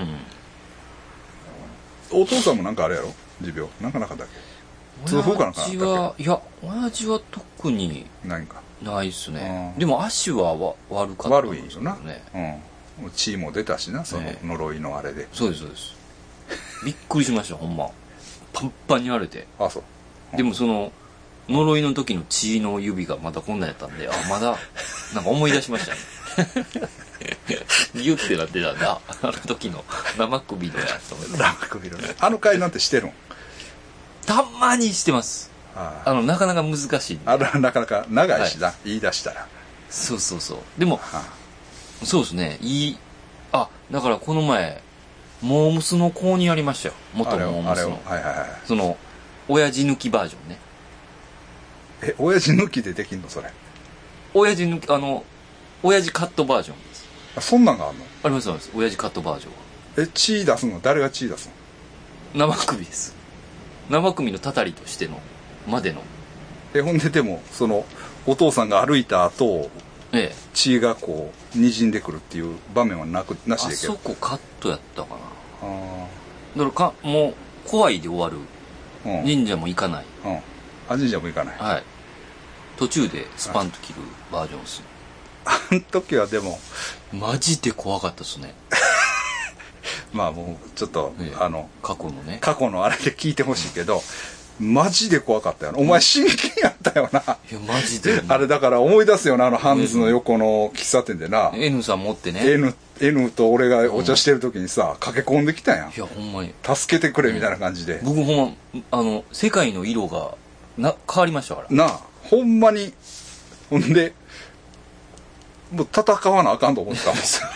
S1: うん、お父さんもなんかあれやろ持病なかなかだけ痛風かなんかあったっけ。
S2: いや親父は特に
S1: 何か
S2: ないっすね。でも足はわ悪かったんですよね。
S1: 悪いよな、うん、血も出たしなその呪いのあれで、ね、
S2: そうですそうです。びっくりしましたほんま。パンパンに荒れて。
S1: あそう、
S2: うん、でもその呪いの時の血の指がまだこんなんやったんで、あまだなんか思い出しましたねギュッてなってたんだあの時の生首のやつと思って。
S1: 生首のね。あの回なんてしてるん？
S2: たまにしてます。ああのなかなか難しい。
S1: あなかなか長いしな、はい、言い出したら。
S2: そうそうそう。でも、はあ、そうですね。いい。あだからこの前モームスの購入ありましたよ。元モームスの、はいはいはい、その親父抜きバージョンね。
S1: え親父抜きでできんのそれ？
S2: 親父抜きあの親父カットバージョンです。
S1: あそんなんがあるの？
S2: ありますあります。親父カットバージョンは。
S1: え血出すの誰が血出す
S2: の？生首です。生首のたたりとしてのまでの。
S1: えほんででもそのお父さんが歩いた後、ええ、血がこう滲んでくるっていう場面はなくなしでけど。
S2: あそこカットやったかな。あだからかもう怖いで終わる、うん、神社も行かない、
S1: うん、あ神社も行かない、
S2: はい、途中でスパンと切るバージョンです。
S1: あの時はでも
S2: マジで怖かったですね
S1: まあもうちょっと、ええ、あの
S2: 過去のね
S1: 過去のあれで聞いてほしいけどマジで怖かったよな。お前真剣やったよな。い
S2: やマジで
S1: あれだから思い出すよな、あのハンズの横の喫茶店でな、
S2: N さん持ってね
S1: N, N と俺がお茶してる時にさ、うん、駆け込んできたやん。
S2: いやほんまに
S1: 助けてくれみたいな感じで、
S2: うん、僕ほんまあの世界の色がな変わりましたから
S1: なあほんまに。ほんでもう戦わなあかんと思ってたもんさ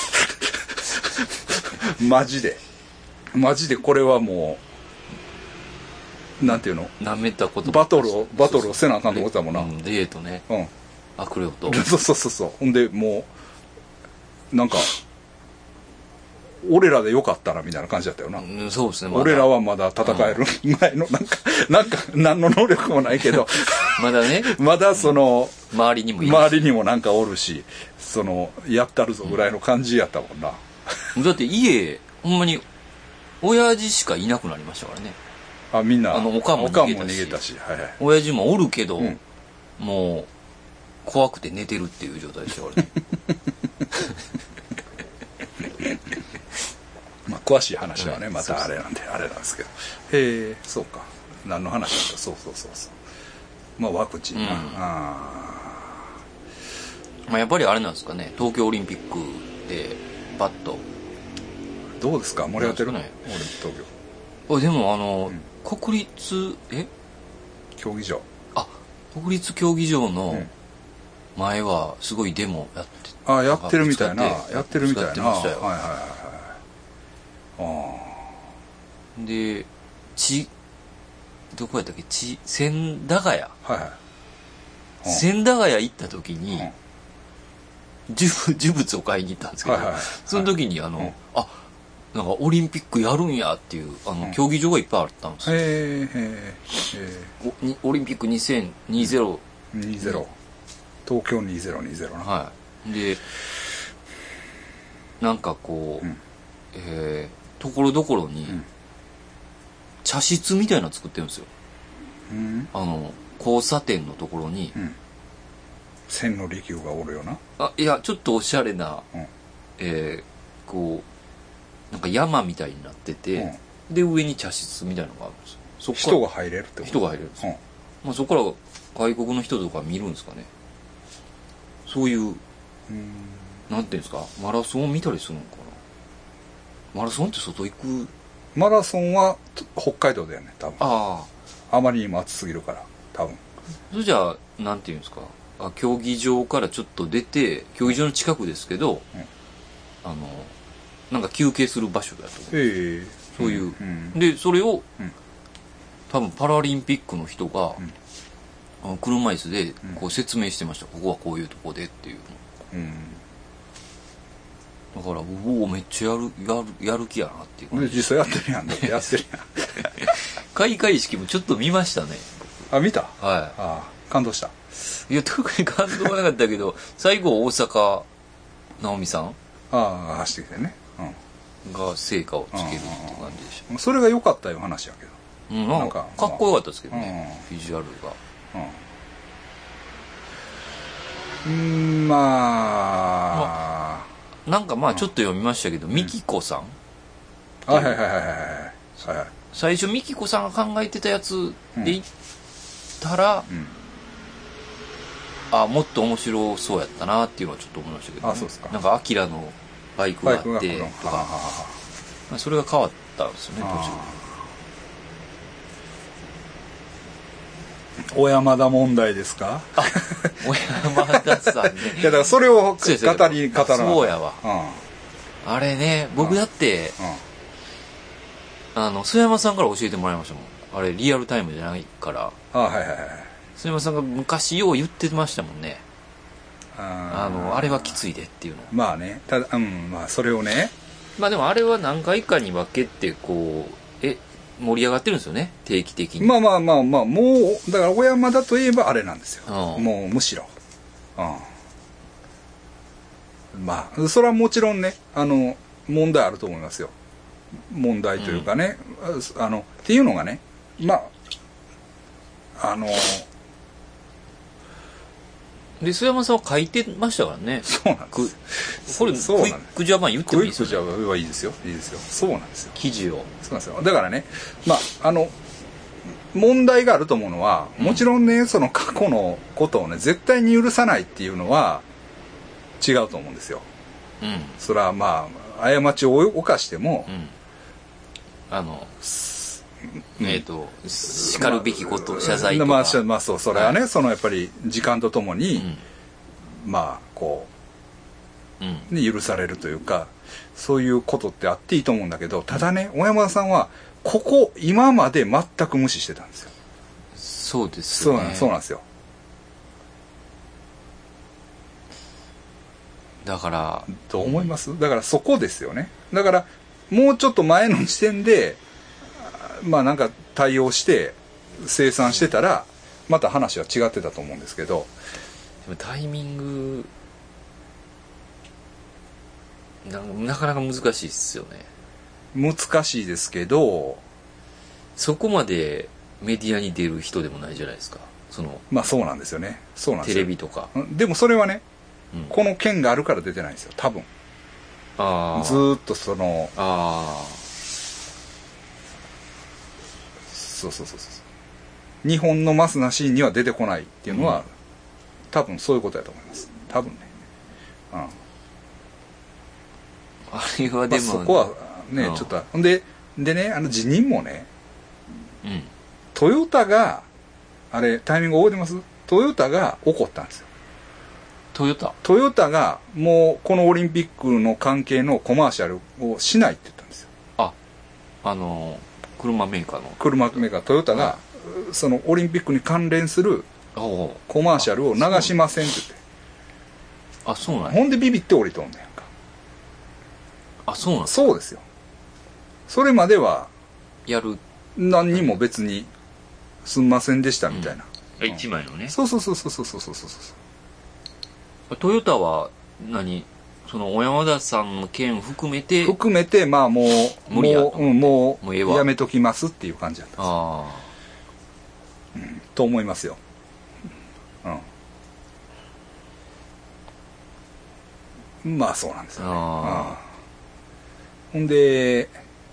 S1: マジでマジでこれはもうなんていうの
S2: なめたこと
S1: バトルをバトルをせなあかんと思ってたもんな。
S2: うん、デートね、うん、悪霊と
S1: そうそうそうそう。ほんでもうなんか俺らでよかったらみたいな感じだったよな、うん、
S2: そうですね、
S1: ま、俺らはまだ戦える前の、うん、なんかなんか何の能力もないけど
S2: まだね
S1: まだその、
S2: うん、周りにもいるし
S1: 周りにもなんかおるしそのやったるぞぐらいの感じやったもんな、
S2: うん、だって家ほんまに親父しかいなくなりましたからね。
S1: あみんな
S2: あのおかんも逃げたし、
S1: 逃げたし、はいはい、
S2: 親父もおるけど、うん、もう怖くて寝てるっていう状態でしたからね
S1: まあ詳しい話はね、はい、またあれなんであれなんですけど。へえそうか何の話だった。そうそうそうそうまあワクチンな、うん、あ
S2: まあやっぱりあれなんですかね東京オリンピックでバッと
S1: どうですか盛り上がってるね俺東
S2: 京。でもあの、うん国立え
S1: 競技場
S2: あ国立競技場の前はすごいデモやって、
S1: うん、あやってるみたいなやってるみたいなはいはいはい
S2: あでちどこやったっけち千駄ヶ谷、はいはい、千駄ヶ谷行った時に、うん、呪, 呪物を買いに行ったんですけど、はいはいはい、その時にあの、うん、あなんかオリンピックやるんやっていうあの、うん、競技場がいっぱいあったんですよ。へーへーオリンピックにせんにじゅう
S1: にじゅう東京にせんにじゅうな。
S2: はいでなんかこう、うんえー、ところどころに、うん、茶室みたいなの作ってるんですよ、うん、あの交差点のところに、うん、
S1: 千の利休がおるよな
S2: あいやちょっとおしゃれな、うんえー、こうなんか山みたいになってて、うん、で上に茶室みたいなのがあるんですよ。そっから
S1: 人が入れるってこと。
S2: 人が入れるんですよ、うんまあ、そこから外国の人とか見るんですかね。そういう、うん、なんていうんですかマラソンを見たりするのかな。マラソンって外行く。
S1: マラソンは北海道だよね多分。あああまりにも暑すぎるから多分。
S2: それじゃあなんていうんですかあ競技場からちょっと出て競技場の近くですけど、うん、あのなんか休憩する場所だと思う、えー、そういう、うん、でそれを、うん、 多分パラリンピックの人が、うん、車椅子でこう説明してました、うん、ここはこういうとこでっていうの、うん、だからおおめっちゃやるやるやる気やなっていう感
S1: じ。実際やってるやんねやってるやん
S2: 開会式もちょっと見ましたね。
S1: あ見た。
S2: はい。
S1: ああ感動した。
S2: いや特に感動はなかったけど最後大阪直美さん
S1: ああ走ってきてね、
S2: うん、が成果をつけるって感じでした。
S1: それが良かったよ話やけど、
S2: うん、なんかかっこよかったですけどね、うん、ビジュアルが。
S1: うん、うん、まあ、
S2: まあ、なんかまあちょっと読みましたけど、うん、ミキコさん、
S1: はいはいはいはいはいはい、
S2: 最初ミキコさんが考えてたやつで言ったら、うんうん、あもっと面白そうやったなっていうのはちょっと思いましたけど、ね、
S1: あそうですか。
S2: なんかアキラのバイクがあってとか、それが変わったんですよね途中。
S1: 小山田問題ですか。
S2: あ小山田さんね
S1: いやだからそれを語り語らない。
S2: そうやわ、うん、あれね僕だって、うん、あの須山さんから教えてもらいましたもん。あれリアルタイムじゃないから。
S1: あはいはいはい。
S2: 須山さんが昔よう言ってましたもんね。あのあれはきついでっていうの。
S1: まあねただうんまあそれをね。
S2: まあでもあれは何回かに分けてこうえ盛り上がってるんですよね定期的に。
S1: まあまあまあまあもうだから小山田といえばあれなんですよ、うん、もうむしろ、うん、まあそれはもちろんねあの問題あると思いますよ。問題というかね、うん、あのっていうのがねまああの
S2: で須山さんは書いてましたからね。
S1: そうなんです。
S2: これクイックジャパン言ってもいいですよ、ね、
S1: クイックジャパンはいいですよいいですよ。そうなんですよ
S2: 記事を。
S1: そうなんですよ。だからねまああの問題があると思うのはもちろんね、うん、その過去のことをね絶対に許さないっていうのは違うと思うんですよ、うん、それはまあ過ちを犯しても、
S2: うん、あのえっ、ー、と叱るべきこと、まあ、謝罪とか
S1: まあ、まあそうそれはね、はい、そのやっぱり時間とともに、うん、まあこう、うん、ね、許されるというかそういうことってあっていいと思うんだけどただね小山田さんはここ今まで全く無視してたんですよ。
S2: そうですよね。
S1: そうなんですよ。
S2: だから
S1: どう思います？だからそこですよね。だからもうちょっと前の時点でまあなんか対応して生産してたらまた話は違ってたと思うんですけど。
S2: でもタイミングな, なかなか難しいっすよね。
S1: 難しいですけど
S2: そこまでメディアに出る人でもないじゃないですか。その
S1: まあそうなんですよね。そうなんですよ。
S2: テレビとか。
S1: でもそれはね、うん、この件があるから出てないんですよ多分。
S2: あ
S1: ずーっとその
S2: あ
S1: そうそうそうそう日本のマスなシーンには出てこないっていうのは、うん、多分そういうことだと思います多分ね、うん、
S2: あれはでも、
S1: まあ、そこはね、うん、ちょっとほんででねあの辞任もね、うん、トヨタがあれタイミング覚えてます？トヨタが怒ったんですよ。
S2: トヨタ
S1: トヨタがもうこのオリンピックの関係のコマーシャルをしないって言ったんですよ。
S2: ああの車メーカーの
S1: 車メーカートヨタが、うん、そのオリンピックに関連するコマーシャルを流しませんって言って。
S2: あそうなんや。
S1: ほんでビビって降りとんねんか。
S2: あそうなん
S1: そうですよ。それまでは
S2: やる
S1: 何にも別にすんませんでしたみたいな、
S2: うん、一枚のね。
S1: そうそうそうそうそうそうそうそう。
S2: トヨタは何その小山田さんの件含めて
S1: 含めてまあもう
S2: 無理やと
S1: もう、うん、もう
S2: もうええ
S1: やめときますっていう感じだったんですよ。
S2: あ、
S1: うん、と思いますよ。うん。まあそうなんですよね。あ、うん、ほんで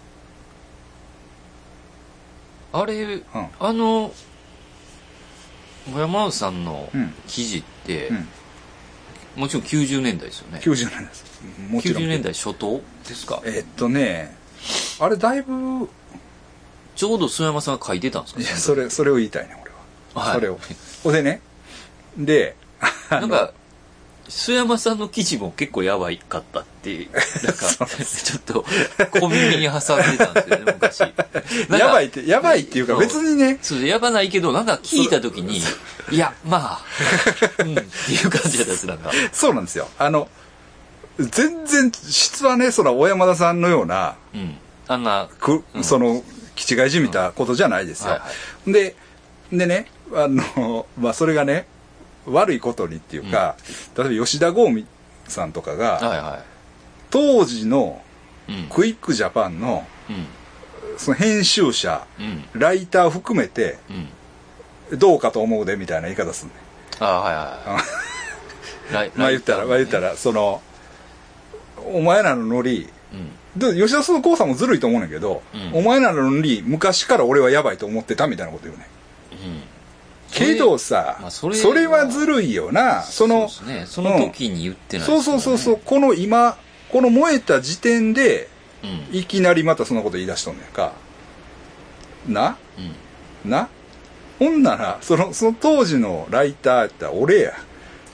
S2: あれ、うん、あの小山田さんの記事って、うんうん、もちろんきゅうじゅうねんだいですよね。
S1: きゅうじゅうねんだいです。もちろん
S2: きゅうじゅうねんだい初頭ですか。
S1: えー、っとねあれだいぶ
S2: ちょうど須山さんが書いてたんですか。
S1: いやそれそれを言いたいね俺は、はい、それをほんでねで
S2: なんか須山さんの記事も結構やばいかったっってなんかちょっと小耳に挟んでたんですよね昔。
S1: やばいってやばいっていうか別にね。
S2: そうやばないけどなんか聞いた時にいやまあ、うん、っていう感じだったんですなんか。
S1: そうなんですよ。あの全然質はねその小山田さんのような、
S2: うん、あんな
S1: く、うん、その気違いじみたことじゃないですよ。うんはいはい、ででねあのまあそれがね悪いことにっていうか、うん、例えば吉田豪美さんとかが、はいはい、当時のクイックジャパンの、うん、その編集者、うん、ライター含めて、うん、どうかと思うでみたいな言い方すんねん。ああはいはい。まあ言ったら、まあ言ったらそのお前らのノリ、うん、で吉田豪さんもずるいと思うねんけど、うん、お前らのノリ昔から俺はやばいと思ってたみたいなこと言うねん。うんけどさ、まあ、そ, れそれはずるいよな。その、
S2: そうですね、その時に言ってない
S1: です、ね、そうそうそうそう、この今、この燃えた時点で、うん、いきなりまたそんなこと言い出しとんねんか。な、うん、なほんなら、その、その当時のライターやったら俺や。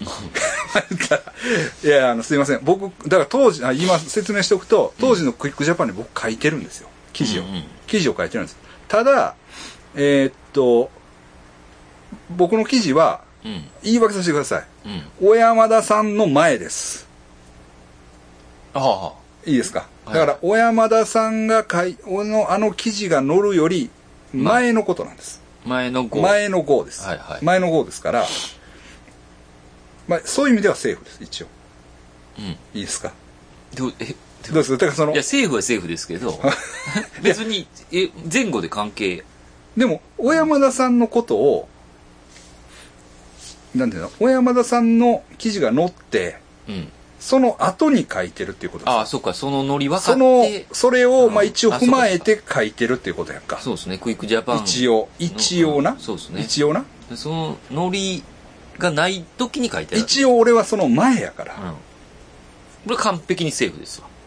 S1: いや、あの、すいません。僕、だから当時、今説明しておくと、当時のクイックジャパンに僕書いてるんですよ。記事を。うんうん、記事を書いてるんです。ただ、えー、っと、僕の記事は、うん、言い訳させてください。うん、小山田さんの前です。ああ。いいですか。だから、小山田さんが書い、のあの記事が載るより前のことなんです。
S2: 前の号。
S1: 前の号です。はいはい、前の号ですから、まあ、そういう意味ではセーフです、一応。うん。いいですか。
S2: どう、え、
S1: どうですか。だからその。
S2: いや、セーフはセーフですけど、別に、え、前後で関係。
S1: でも、小山田さんのことを、なんていうの小山田さんの記事が載って、うん、その後に書いてるっていうことです。
S2: ああ、そうか、そのノリ分かって。
S1: その、それを、まあ一応踏まえて書いてるっていうことやんか。
S2: そうですね、クイックジャパン。
S1: 一応、一応な。
S2: そうですね。
S1: 一応な。
S2: そのノリがない時に書いてある。
S1: 一応俺はその前やから。うん。
S2: これ完璧にセーフですわ。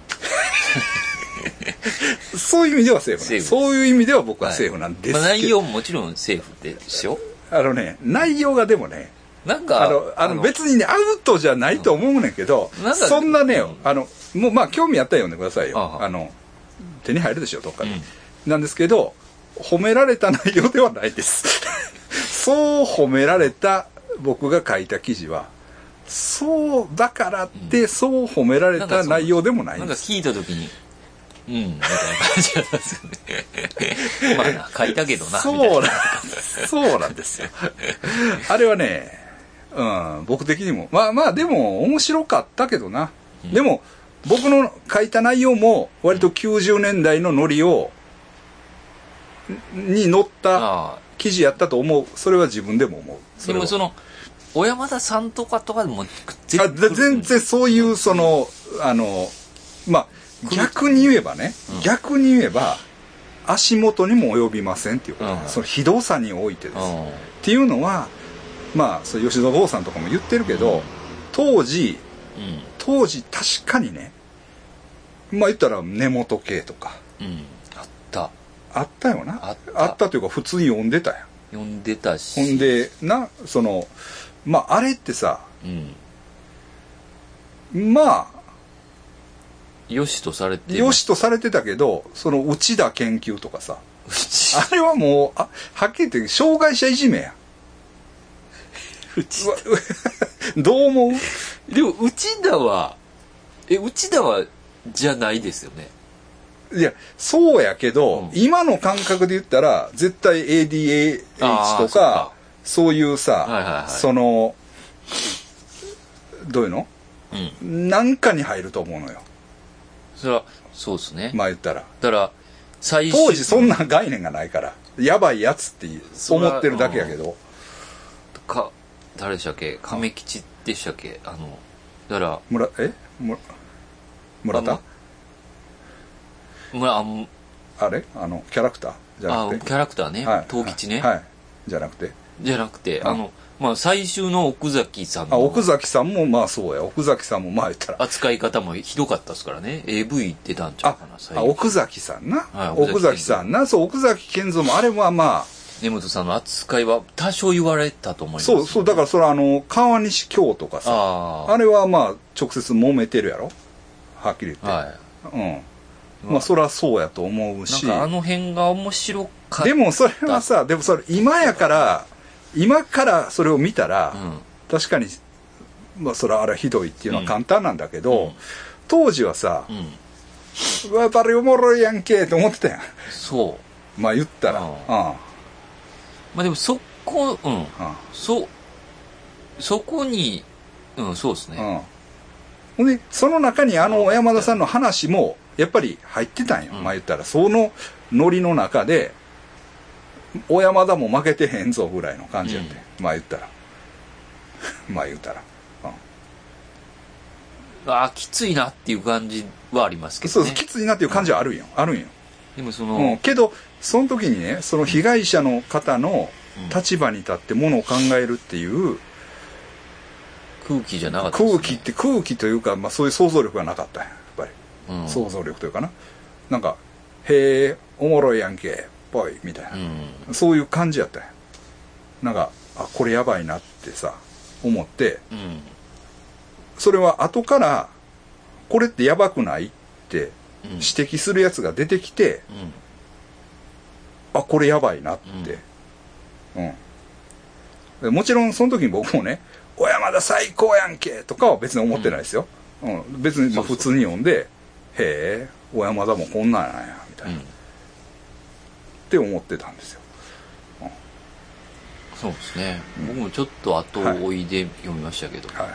S1: そういう意味ではセーフなんです。そういう意味では僕はセーフなんですけど。
S2: はい、まあ内容ももちろんセーフでしょ。
S1: あのね、内容がでもね、
S2: なんか
S1: あのあの別にねアウトじゃないと思うねんけど、うん、そんなね、うん、あのもうまあ興味あったら読んでくださいよ。あ, あの手に入るでしょどっかで、うん、なんですけど褒められた内容ではないですそう褒められた僕が書いた記事はそうだからってそう褒められた内容でもないんです。
S2: なんか聞いた時にうんみたいな感じだったんですよねまあな書いたけどな
S1: そうなそうなんですよあれはね、うん、僕的にもまあまあでも面白かったけどな、うん、でも僕の書いた内容も割ときゅうじゅうねんだいのノリをに乗った記事やったと思う。それは自分でも思う。
S2: でもその小山田さんとかとかでも
S1: 全然そういうそのあのまあ逆に言えばね、うん、逆に言えば足元にも及びませんっていうこと、うん、そのひどさにおいてです、うん、っていうのはまあそう吉田剛さんとかも言ってるけど、うん、当時、うん、当時確かにねまあ言ったら根本系とか、
S2: うん、あった
S1: あったよなあった、あったというか普通に読んでたやん
S2: 読んでたし
S1: ほんでなそのまああれってさ、うん、まあ
S2: よしとされて
S1: よしとされてたけどその内田研究とかさあれはもうあはっきり言って障害者いじめや
S2: 内田
S1: どう思
S2: う。でも内田はえ内田はじゃないですよね。
S1: いやそうやけど、うん、今の感覚で言ったら絶対 エーディーエイチ とかそういうさ、はいはいはい、そのどういうの、うん、なんかに入ると思うのよ。
S2: それはそうですね。
S1: まあ言ったら。
S2: だから最
S1: 当時そんな概念がないからやばいやつって思ってるだけやけど。
S2: か誰でしたっけ亀吉でしたっけあのだから
S1: 村え村村田
S2: 村 あ,
S1: あれあのキャラクターじゃなくて
S2: あキャラクターね藤、はい、吉ね、
S1: はい、じゃなくて
S2: じゃなくてあのまあ最終の奥崎さんの
S1: あ奥崎さんもまあそうや奥崎さんもまあ言ったら
S2: 扱い方もひどかったですからね エーブイ 出たんちゃうかな
S1: ああ奥崎さんな、はい、奥崎さんなそう奥崎健三もあれはまあ
S2: 根本さんの扱いは多少言われたと思います、
S1: ね、そうそうだからそれはあの川西京とかさ あ, あれはまあ直接揉めてるやろはっきり言って、
S2: はい、
S1: うんまあそりゃそうやと思うし、
S2: なんかあの辺が面白かった。
S1: でもそれはさ、でもそれ今やから今からそれを見たら、うん、確かにまあそれはあれひどいっていうのは簡単なんだけど、うん、当時はさ、うん、うわ誰おもろいやんけと思ってたやん。
S2: そう
S1: まあ言ったら、うん、
S2: まあでもそこうん、うん、そそこにうんそうですね。
S1: うん、でその中にあの小山田さんの話もやっぱり入ってたんよ。うん、まあ言ったらそのノリの中で小山田も負けてへんぞぐらいの感じやって、うん、まあ言ったらまあ言ったら、
S2: うん、ああきついなっていう感じはありますけどね。
S1: そうそうきついなっていう感じはあるんよ、うん、あるんよ。
S2: でもその、
S1: うん、けどその時にねその被害者の方の立場に立ってものを考えるっていう、うん、
S2: 空気じゃなかったですね。
S1: 空気って空気というか、まあ、そういう想像力がなかったんややっぱり、うん、想像力というかななんかへえおもろいやんけぽいみたいな、うん、そういう感じやったんや。なんかあこれやばいなってさ思って、うん、それは後からこれってやばくないって指摘するやつが出てきて、うん、あこれやばいなって、うんうん、もちろんその時に僕もね小山田最高やんけとかは別に思ってないですよ、うんうん、別にまあ普通に読んでへえ小山田もこんなんなんやみたいな、うん、って思ってたんですよ、
S2: うん、そうですね、うん、僕もちょっと後追いで読みましたけど、はいはい、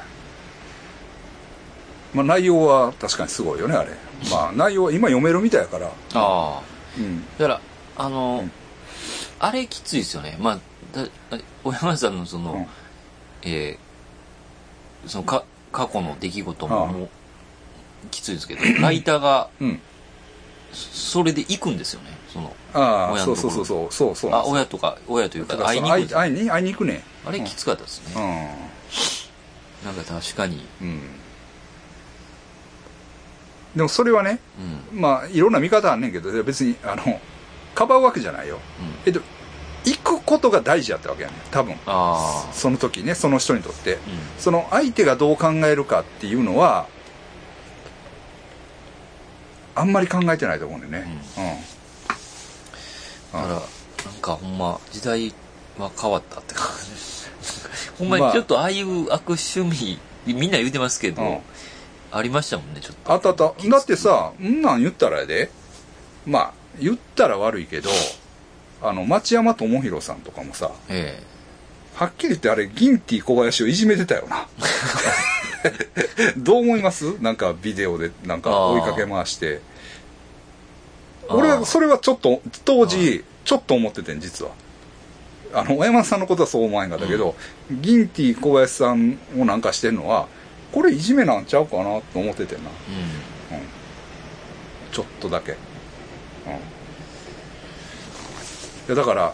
S1: まあ、内容は確かにすごいよねあれ、まあ、内容は今読めるみたいやからあ
S2: あ、うん、だからあの、うん、あれきついですよね、まあ、だ小山田さんのその、うんえーそのか過去の出来事ももうきついですけどライターがそれで行くんですよねその
S1: ああそうそうそうそうそうそう
S2: あ親とか親というか会いに行く
S1: 会いに会いに行くね
S2: あれきつかったですね、うん、なんか確かに、うん、
S1: でもそれはね、うん、まあいろんな見方あんねんけど別にあのかばうわけじゃないよ、うん、えっと行くことが大事やったわけやね多分あその時ねその人にとって、うん、その相手がどう考えるかっていうのはあんまり考えてないと思うんだよね、うんうん、
S2: だからなんかほんま時代は変わったって感じほんまにちょっとああいう悪趣味みんな言うてますけど、うん、ありましたもんねちょっと
S1: あったあっただってさんなん言ったらやでまあ言ったら悪いけどあの町山智博さんとかもさ、ええ、はっきり言ってあれギンティ小林をいじめてたよなどう思いますなんかビデオでなんか追いかけ回して俺はそれはちょっと当時ちょっと思っててん実はあの小山さんのことはそう思わへんかったけど、うん、ギンティ小林さんをなんかしてんのはこれいじめなんちゃうかなと思っててんな、うんうん、ちょっとだけ、うんいやだから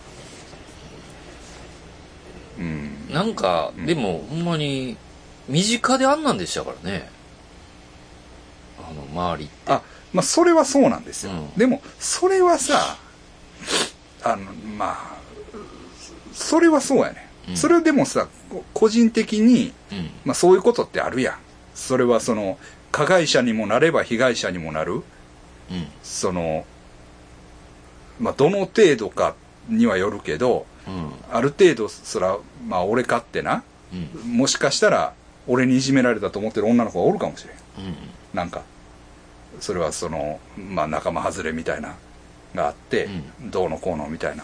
S2: うんなんか、うん、でもほんまに身近であんなんでしたからねあの周りって
S1: あまあそれはそうなんですよ、うん、でもそれはさあのまあそれはそうやね、うん、それでもさ個人的に、うんまあ、そういうことってあるやんそれはその加害者にもなれば被害者にもなる、うん、そのまあどの程度かにはよるけど、うん、ある程度そらまあ俺勝手な、うん、もしかしたら俺にいじめられたと思ってる女の子がおるかもしれん、うん、なんかそれはそのまあ仲間外れみたいながあって、うん、どうのこうのみたいな、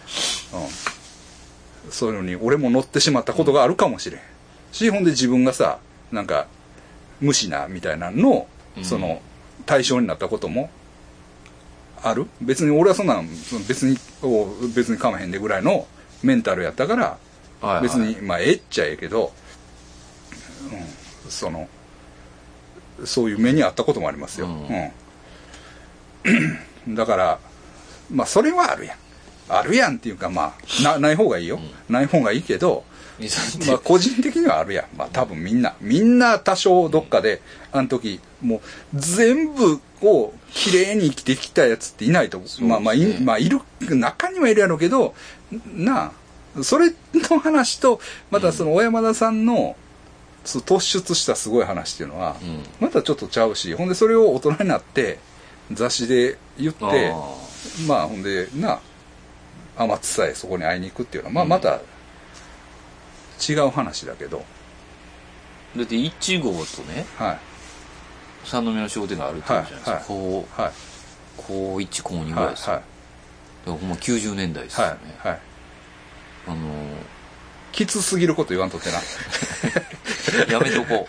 S1: うん、そういうのに俺も乗ってしまったことがあるかもしれんしほんで自分がさなんか無視なみたいなのその対象になったこともある別に俺はそんなん別に別にかまへんでぐらいのメンタルやったから、はいはい、別にまあええっちゃええけど、うん、そのそういう目にあったこともありますよ、うんうん、だからまあそれはあるやんあるやんっていうかまあ な, ない方がいいよ、うん、ない方がいいけどまあ個人的にはあるやんまあ多分みんなみんな多少どっかであの時もう全部をきれいに生きてきたやつっていないと、ね、まあまあ い, まあいる中にはいるやろうけどなあそれの話とまたその小山田さんの突出したすごい話っていうのは、うん、またちょっとちゃうし、ほんでそれを大人になって雑誌で言って、あまあほんでな天津さえそこに会いに行くっていうのは、まあまた違う話だけど、
S2: だっていち号とね、はい、三宮の商店があるって言うじゃないですか、はい、こう、はい、こういちこうにぐらいですよ、はいはい、だからほんまきゅうじゅうねんだいですよね、はいはい、あのー、
S1: きつすぎること言わんとってな
S2: やめとこう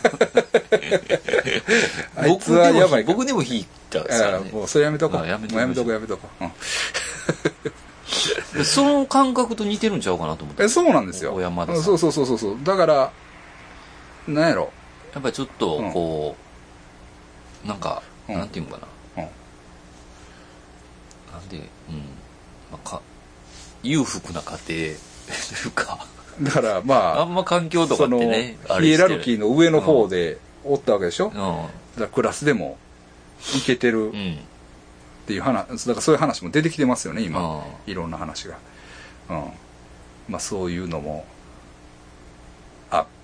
S2: あいつはやばい、僕でも引いたんですからね。
S1: もうそれやめとこう、やめとこうやめとこうやめとこ
S2: う、うん、その感覚と似てるんちゃうかなと思って。
S1: えそうなんですよ、小山田さん。そうそうそうそう、だからなんやろ、
S2: やっぱりちょっとこう、うん、なんか、うん、なんていうのかな、うん、なんで、うん、まあ、か裕福な家庭というか、
S1: だからまあ
S2: あんま環境とかってね、
S1: そのヒエラルキーの上の方でおったわけでしょ、うん、だからクラスでもいけてるっていう話、だからそういう話も出てきてますよね今、いろんな話が、うん、まあそういうのもあって、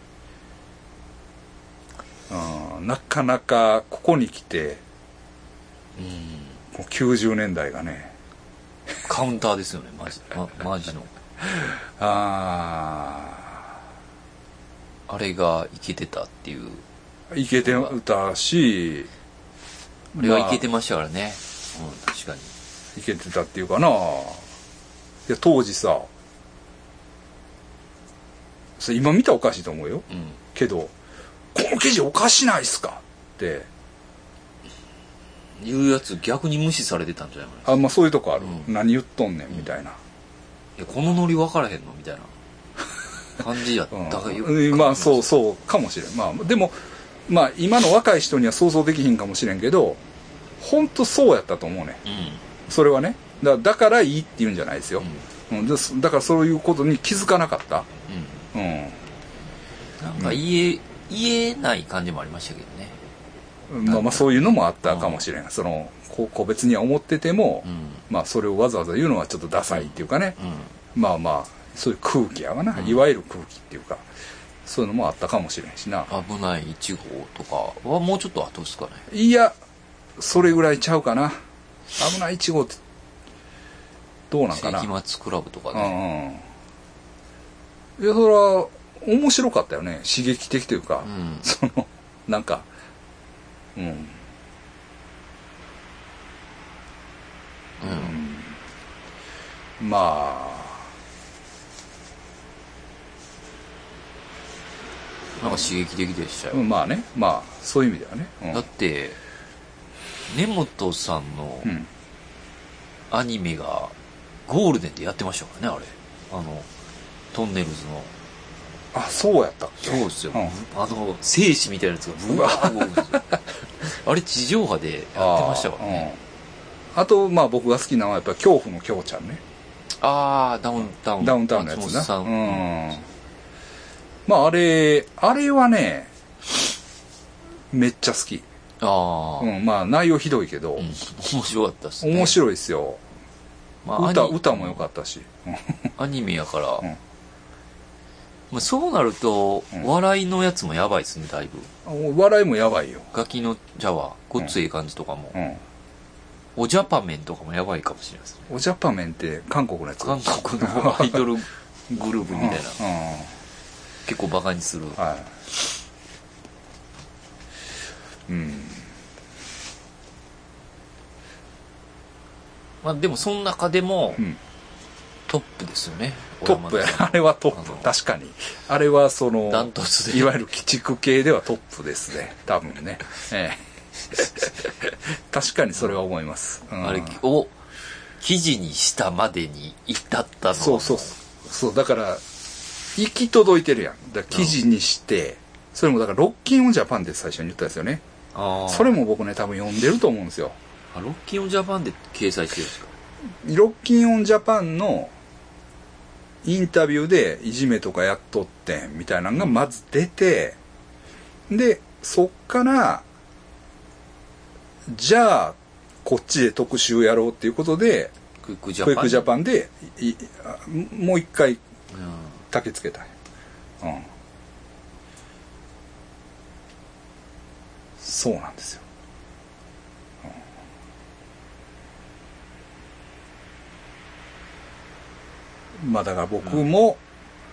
S1: うん、なかなかここに来て、うん、もうきゅうじゅうねんだいがね
S2: カウンターですよねマジ、ま、マジの
S1: あ
S2: あれがイケてたっていう、
S1: イケてたし、
S2: あれがイケてましたからね、まあ、うん、確かに
S1: イケてたっていうかな。いや当時さ、それ今見たらおかしいと思うよ、うん、けどこの記事おかしないっすかって
S2: いうやつ逆に無視されてたんじゃないか
S1: な。あ、まあそういうとこある、うん、何言っとんねんみたいな、
S2: いやこのノリ分からへんのみたいな感じやったがよ、う
S1: ん、まあそうそうかもしれん。まあでもまあ今の若い人には想像できひんかもしれんけど、本当そうやったと思うね、うん、それはね、だだからいいって言うんじゃないですよ、うんうん、ですだからそういうことに気づかなかった、うん、うん、
S2: なんか言え、言えない感じもありましたけどね。
S1: まあまあそういうのもあったかもしれん、うん、その個別には思ってても、うん、まあそれをわざわざ言うのはちょっとダサいっていうかね、うん、まあまあそういう空気やわな、うん、いわゆる空気っていうかそういうのもあったかもしれんしな。
S2: 危ないいち号とかはもうちょっと後ですかね。
S1: いやそれぐらいちゃうかな。危ないいち号ってどうなんかな。
S2: 世紀末クラブとかね、
S1: うん、いやそれは面白かったよね、刺激的というか、うん、そのなんかうん、うんうん、まあ
S2: なんか刺激的でしたよ、
S1: うん、まあね、まあそういう意味ではね、
S2: うん、だって根本さんのアニメがゴールデンでやってましたからね、あれ、あのトンネルズの。
S1: あ、そうやったっけ。
S2: そうですよ、うん、あの生死みたいなやつがブワーッ動くんですよあれ地上波でやってましたからね。
S1: あ,、うん、あとまあ僕が好きなのはやっぱ恐怖の京ちゃんね。
S2: ああダウンタウン
S1: ダウンタウンのやつな、うん、まああれあれはねめっちゃ好き。ああ、うん、まあ内容ひどいけど、うん、
S2: 面白かったっすね。
S1: 面白いっすよ、まあ、歌, 歌も良かったし
S2: アニメやから、うん、まあ、そうなると、うん、笑いのやつもやばいっすね、だい
S1: ぶ。笑いもやばいよ。
S2: ガキのジャワごっつい感じとかも、うんうん、おジャパメンとかもやばいかもしれないですね。
S1: おジャパメンって韓国のやつ。
S2: 韓国のアイドルグループみたいな、うんうん、結構バカにする、はい、うん、まあでもその中でも、うん、トップですよね。
S1: トップや、あれはトップ、確かにあれはその
S2: ダントツで
S1: いわゆる鬼畜系ではトップですね、多分ね、ええ、確かにそれは思います、うん、
S2: あれを記事にしたまでに至ったのは
S1: そうそうそう、だから行き届いてるやん。だから記事にして、うん、それもだからロッキンオンジャパンで最初に言ったんですよね。あ、それも僕ね多分読んでると思うんですよ。
S2: あ、ロッキンオンジャパンで掲載してるんですか。
S1: ロッキンオンジャパンのインタビューでいじめとかやっとってんみたいなのがまず出て、でそっからじゃあこっちで特集やろうっていうことで
S2: クイックジ
S1: ャパンでもう一回焚きつけた、うん、 そうなんですよ、うん、まあだから僕も、うん、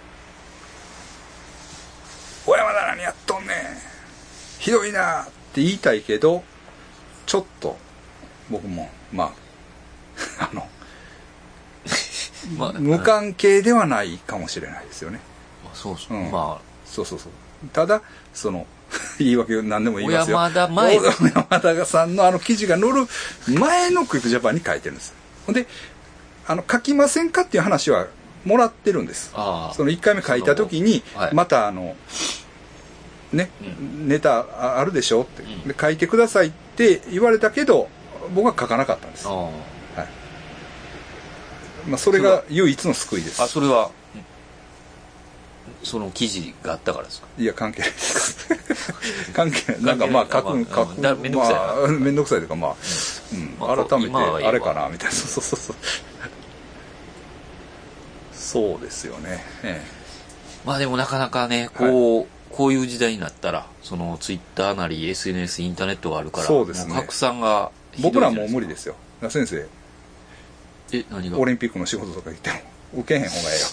S1: 小山田何やっとんねんひどいなって言いたいけどちょっと僕もまああのまあ、無関係ではないかもしれないですよね。
S2: まあ、そうそう、うん、まあ
S1: そうそうそう。ただその言い訳何でも言いますよ。
S2: 小山田前
S1: 小山田さんのあの記事が載る前のクイックジャパンに書いてるんです。ほんであの書きませんかっていう話はもらってるんです。
S2: あ
S1: そのいっかいめ書いた時に、はい、またあのね、うん、ネタあるでしょって、うん、で書いてくださいって言われたけど僕は書かなかったんです。あまあ、それが唯一の救いです。
S2: あ、それはその記事があったからですか？
S1: いや関係ないです関係ないなんかまあ書く書く
S2: まあめんどくさい、ま
S1: あ、めんどくさいというかまあ、うんうん、改めてあれかなみたいなそうそうそうそうですよね、ええ、
S2: まあでもなかなかねこう、はい、こういう時代になったらそのツイッターなり エスエヌエス インターネットがあるから
S1: そうですね、
S2: もう拡散がひ
S1: どいじゃないですか。僕らもう無理ですよ。先生
S2: え何が
S1: オリンピックの仕事とか言っても受けへん方がえ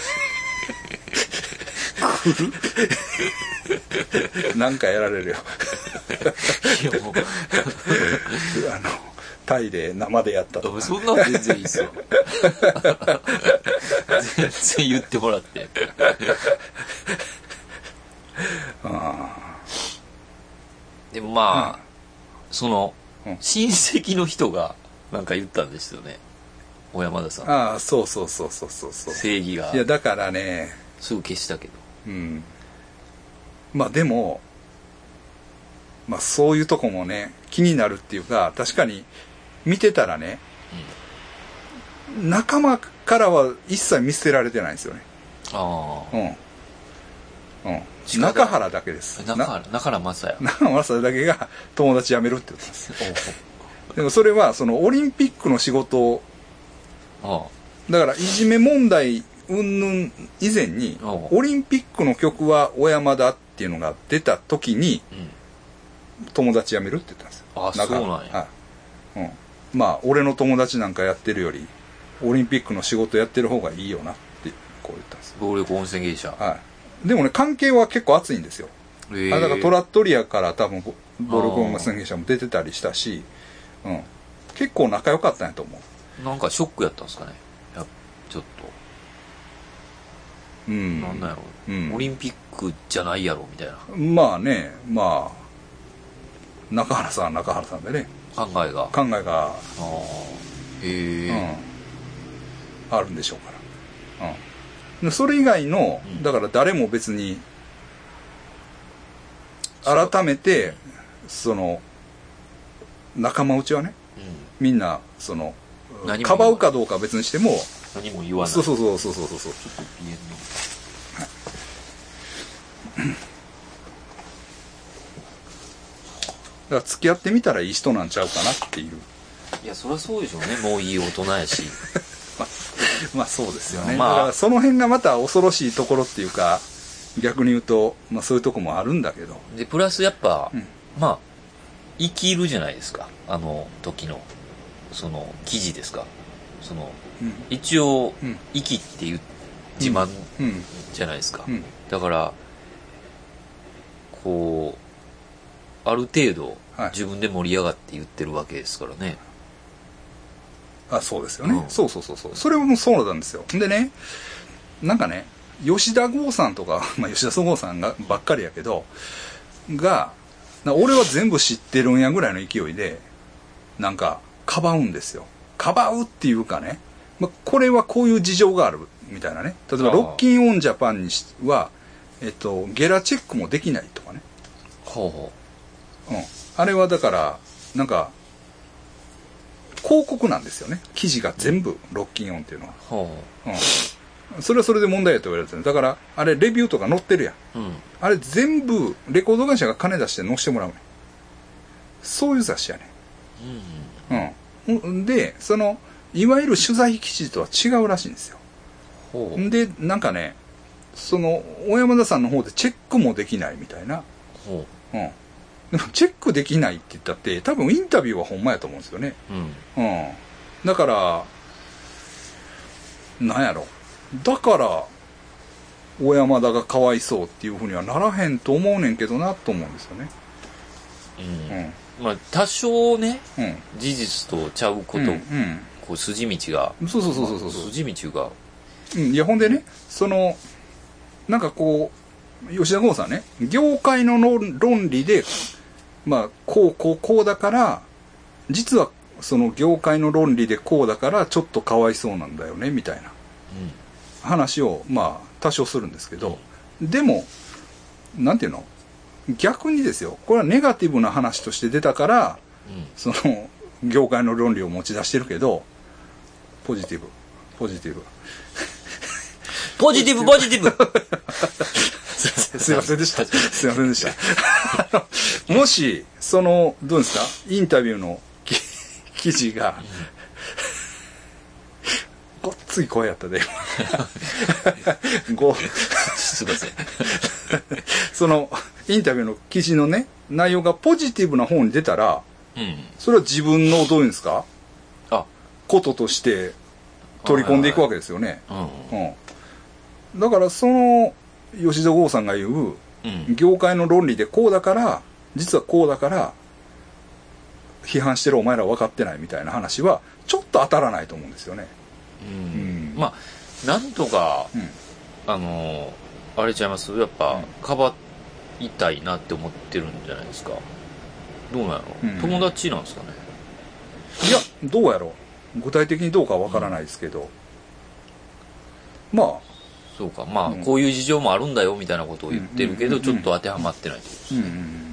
S1: えよなんかやられるよいやもうあのタイで生でやったとか
S2: そんなの全然いいですよ全然言ってもらって
S1: あ
S2: でもまあ、うん、その、うん、親戚の人がなんか言ったんですよね小山田さん。
S1: ああそうそうそうそうそうそう
S2: 正義が
S1: いやだからね
S2: すぐ消したけど
S1: うんまあでもまあそういうとこもね気になるっていうか確かに見てたらね、うん、仲間からは一切見捨てられてないんですよね。
S2: ああ
S1: うんうん中原だけです。
S2: 中原中原正也
S1: 中原正也だけが友達辞めるって言ったんですでもそれはそのオリンピックの仕事をだからいじめ問題云々以前にオリンピックの曲は小山田っていうのが出た時に、うん、友達辞めるって言ったんですよ。
S2: あそうなんや、
S1: はいうん、まあ俺の友達なんかやってるよりオリンピックの仕事やってる方がいいよなってこう言ったんです。
S2: 暴力温泉芸者、
S1: はい、でもね関係は結構熱いんですよ、えー、あだからトラットリアから多分暴力温泉芸者も出てたりしたし、うん、結構仲良かったんやと思う。
S2: なんかショックやったんですかね。やちょっと、
S1: うん、
S2: なんだろう、うん、オリンピックじゃないやろみたいな。
S1: まあね、まあ中原さんは中原さんでね、
S2: 考えが
S1: 考えが
S2: あへえ、
S1: うん、あるんでしょうから、うん、それ以外のだから誰も別に改めてその仲間内はね、うん、みんなそのかばうかどうかは別にしても
S2: 何も言わない。
S1: そうそうそうそうそうそう。ちょっとピエンの、はい、だから付き合ってみたらいい人なんちゃうかなっていう。
S2: いやそりゃそうでしょうね。もういい大人やし
S1: まあ、まあそうですよね、
S2: まあ、
S1: だからその辺がまた恐ろしいところっていうか逆に言うと、まあ、そういうとこもあるんだけど
S2: でプラスやっぱ、うん、まあ生きるじゃないですか。あの時のその記事ですか。その、うん、一応、うん、生きっていう自慢じゃないですか、うんうん、だからこうある程度、はい、自分で盛り上がって言ってるわけですからね。
S1: あそうですよね、うん、そうそうそうそうそれもそうなんですよ。でねなんかね吉田剛さんとか、まあ、吉田剛さんがばっかりやけどが俺は全部知ってるんやぐらいの勢いでなんかかばうんですよ。かばうっていうかね、まあ、これはこういう事情があるみたいなね。例えばロッキンオンジャパンには、えっと、ゲラチェックもできないとかね。
S2: ほうほ
S1: う、うん、あれはだからなんか広告なんですよね。記事が全部ロッキンオンっていうのは、
S2: ほう、
S1: うん、それはそれで問題やと言われてる。だからあれレビューとか載ってるやん、うん、あれ全部レコード会社が金出して載せてもらうね。そういう雑誌やね、うんうんでそのいわゆる取材記事とは違うらしいんですよ。ほうでなんかねその小山田さんの方でチェックもできないみたいな、ほう、うん、 でもチェックできないって言ったって多分インタビューはほんまやと思うんですよね。うん。うん、だからなんやろ。だから小山田がかわいそうっていうふうにはならへんと思うねんけどなと思うんですよね。
S2: うん。うん、まあ多少ね、うん、事実とちゃうこと、うんうん、こう筋道が、
S1: そうそうそうそうそう、
S2: 筋道が、
S1: うん、いやほんでね、そのなんかこう吉田剛さんね、業界の論理でまあこうこうこうだから実はその業界の論理でこうだからちょっとかわいそうなんだよねみたいな話をまあ多少するんですけど、でもなんていうの、逆にですよ、これはネガティブな話として出たから、うん、その業界の論理を持ち出してるけど、ポジティブポジティブ
S2: ポジティブポジティブ
S1: すいませんでしたすいませんでしたもしそのどうですか、インタビューの記事が、うん、ごっつい声やったでご
S2: すいません
S1: そのインタビューの記事のね内容がポジティブな方に出たら、うん、それは自分のどういうんですか、あこととして取り込んでいくわけですよね。うん、だからその吉田剛さんが言う、うん、業界の論理でこうだから実はこうだから批判してるお前ら分かってないみたいな話はちょっと当たらないと思うんですよね。
S2: うんうん、まあなんとか、うん、あのあれちゃいます、やっぱ、うん、かばいたいなって思ってるんじゃないですか。どうなんやろ、うん、友達なんですかね。
S1: いやどうやろう、具体的にどうかは分からないですけど、うん、まあ
S2: そうか、まあ、うん、こういう事情もあるんだよみたいなことを言ってるけど、ちょっと当てはまってないってことですね。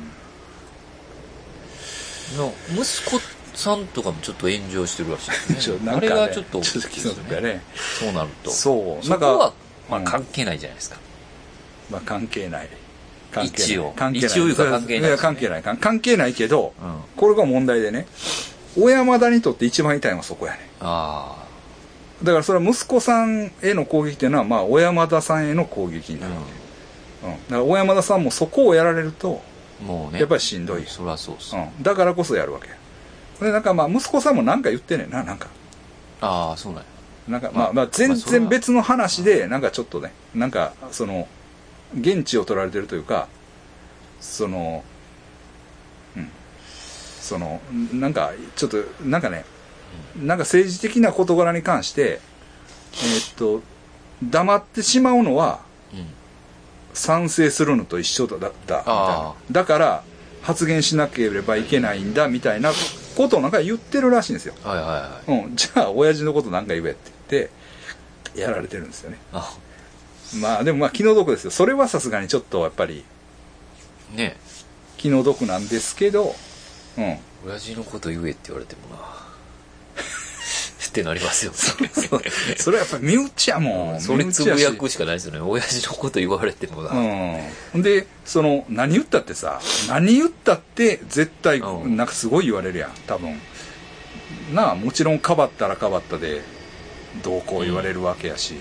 S2: の息子さんとかもちょっと炎上してるらしいですね。あれがちょっと大きいですよね。そうなると。
S1: そう。
S2: そこは、まあ関係ないじゃないですか。
S1: まあ関係ない。
S2: 関係ない一応。
S1: 関係ない。
S2: 一応いうか関係ない、ね。いや
S1: 関係ない。関係ないけど、うん、これが問題でね、小山田にとって一番痛いのはそこやね。ああ。だからそれは息子さんへの攻撃っていうのは、まあ小山田さんへの攻撃になるわけ。うん。うん、だから小山田さんもそこをやられると、もうね。やっぱりしんどい。
S2: そりゃそうっす、
S1: うん。だからこそやるわけ。で、なんかまあ息子さんもなんか言ってんねんな、なんか。
S2: ああ、そうなんや。
S1: なんかまあまあ全然別の話で、なんかちょっとね、なんかその、現地を取られてるというか、その、うん。その、なんか、ちょっと、なんかね、なんか政治的な事柄に関して、えー、っと、黙ってしまうのは、賛成するのと一緒だったみたいな。だから発言しなければいけないんだみたいなことをなんか言ってるらしいんですよ。はいはいはい。うん、じゃあ親父のことなんか言えって言ってやられてるんですよね。あまあでもまあ気の毒ですよ。それはさすがにちょっとやっぱりね気の毒なんですけど、
S2: うん。親父のこと言えって言われてもな。ってなりますよ。
S1: そ, それはやっぱり身内やもん。
S2: それつぶやくしかないですよね。親父のこと言われてもな。
S1: うん。で、その何言ったってさ、何言ったって絶対なんかすごい言われるやん。多分。なあもちろんかばったらかばったでどうこう言われるわけやし。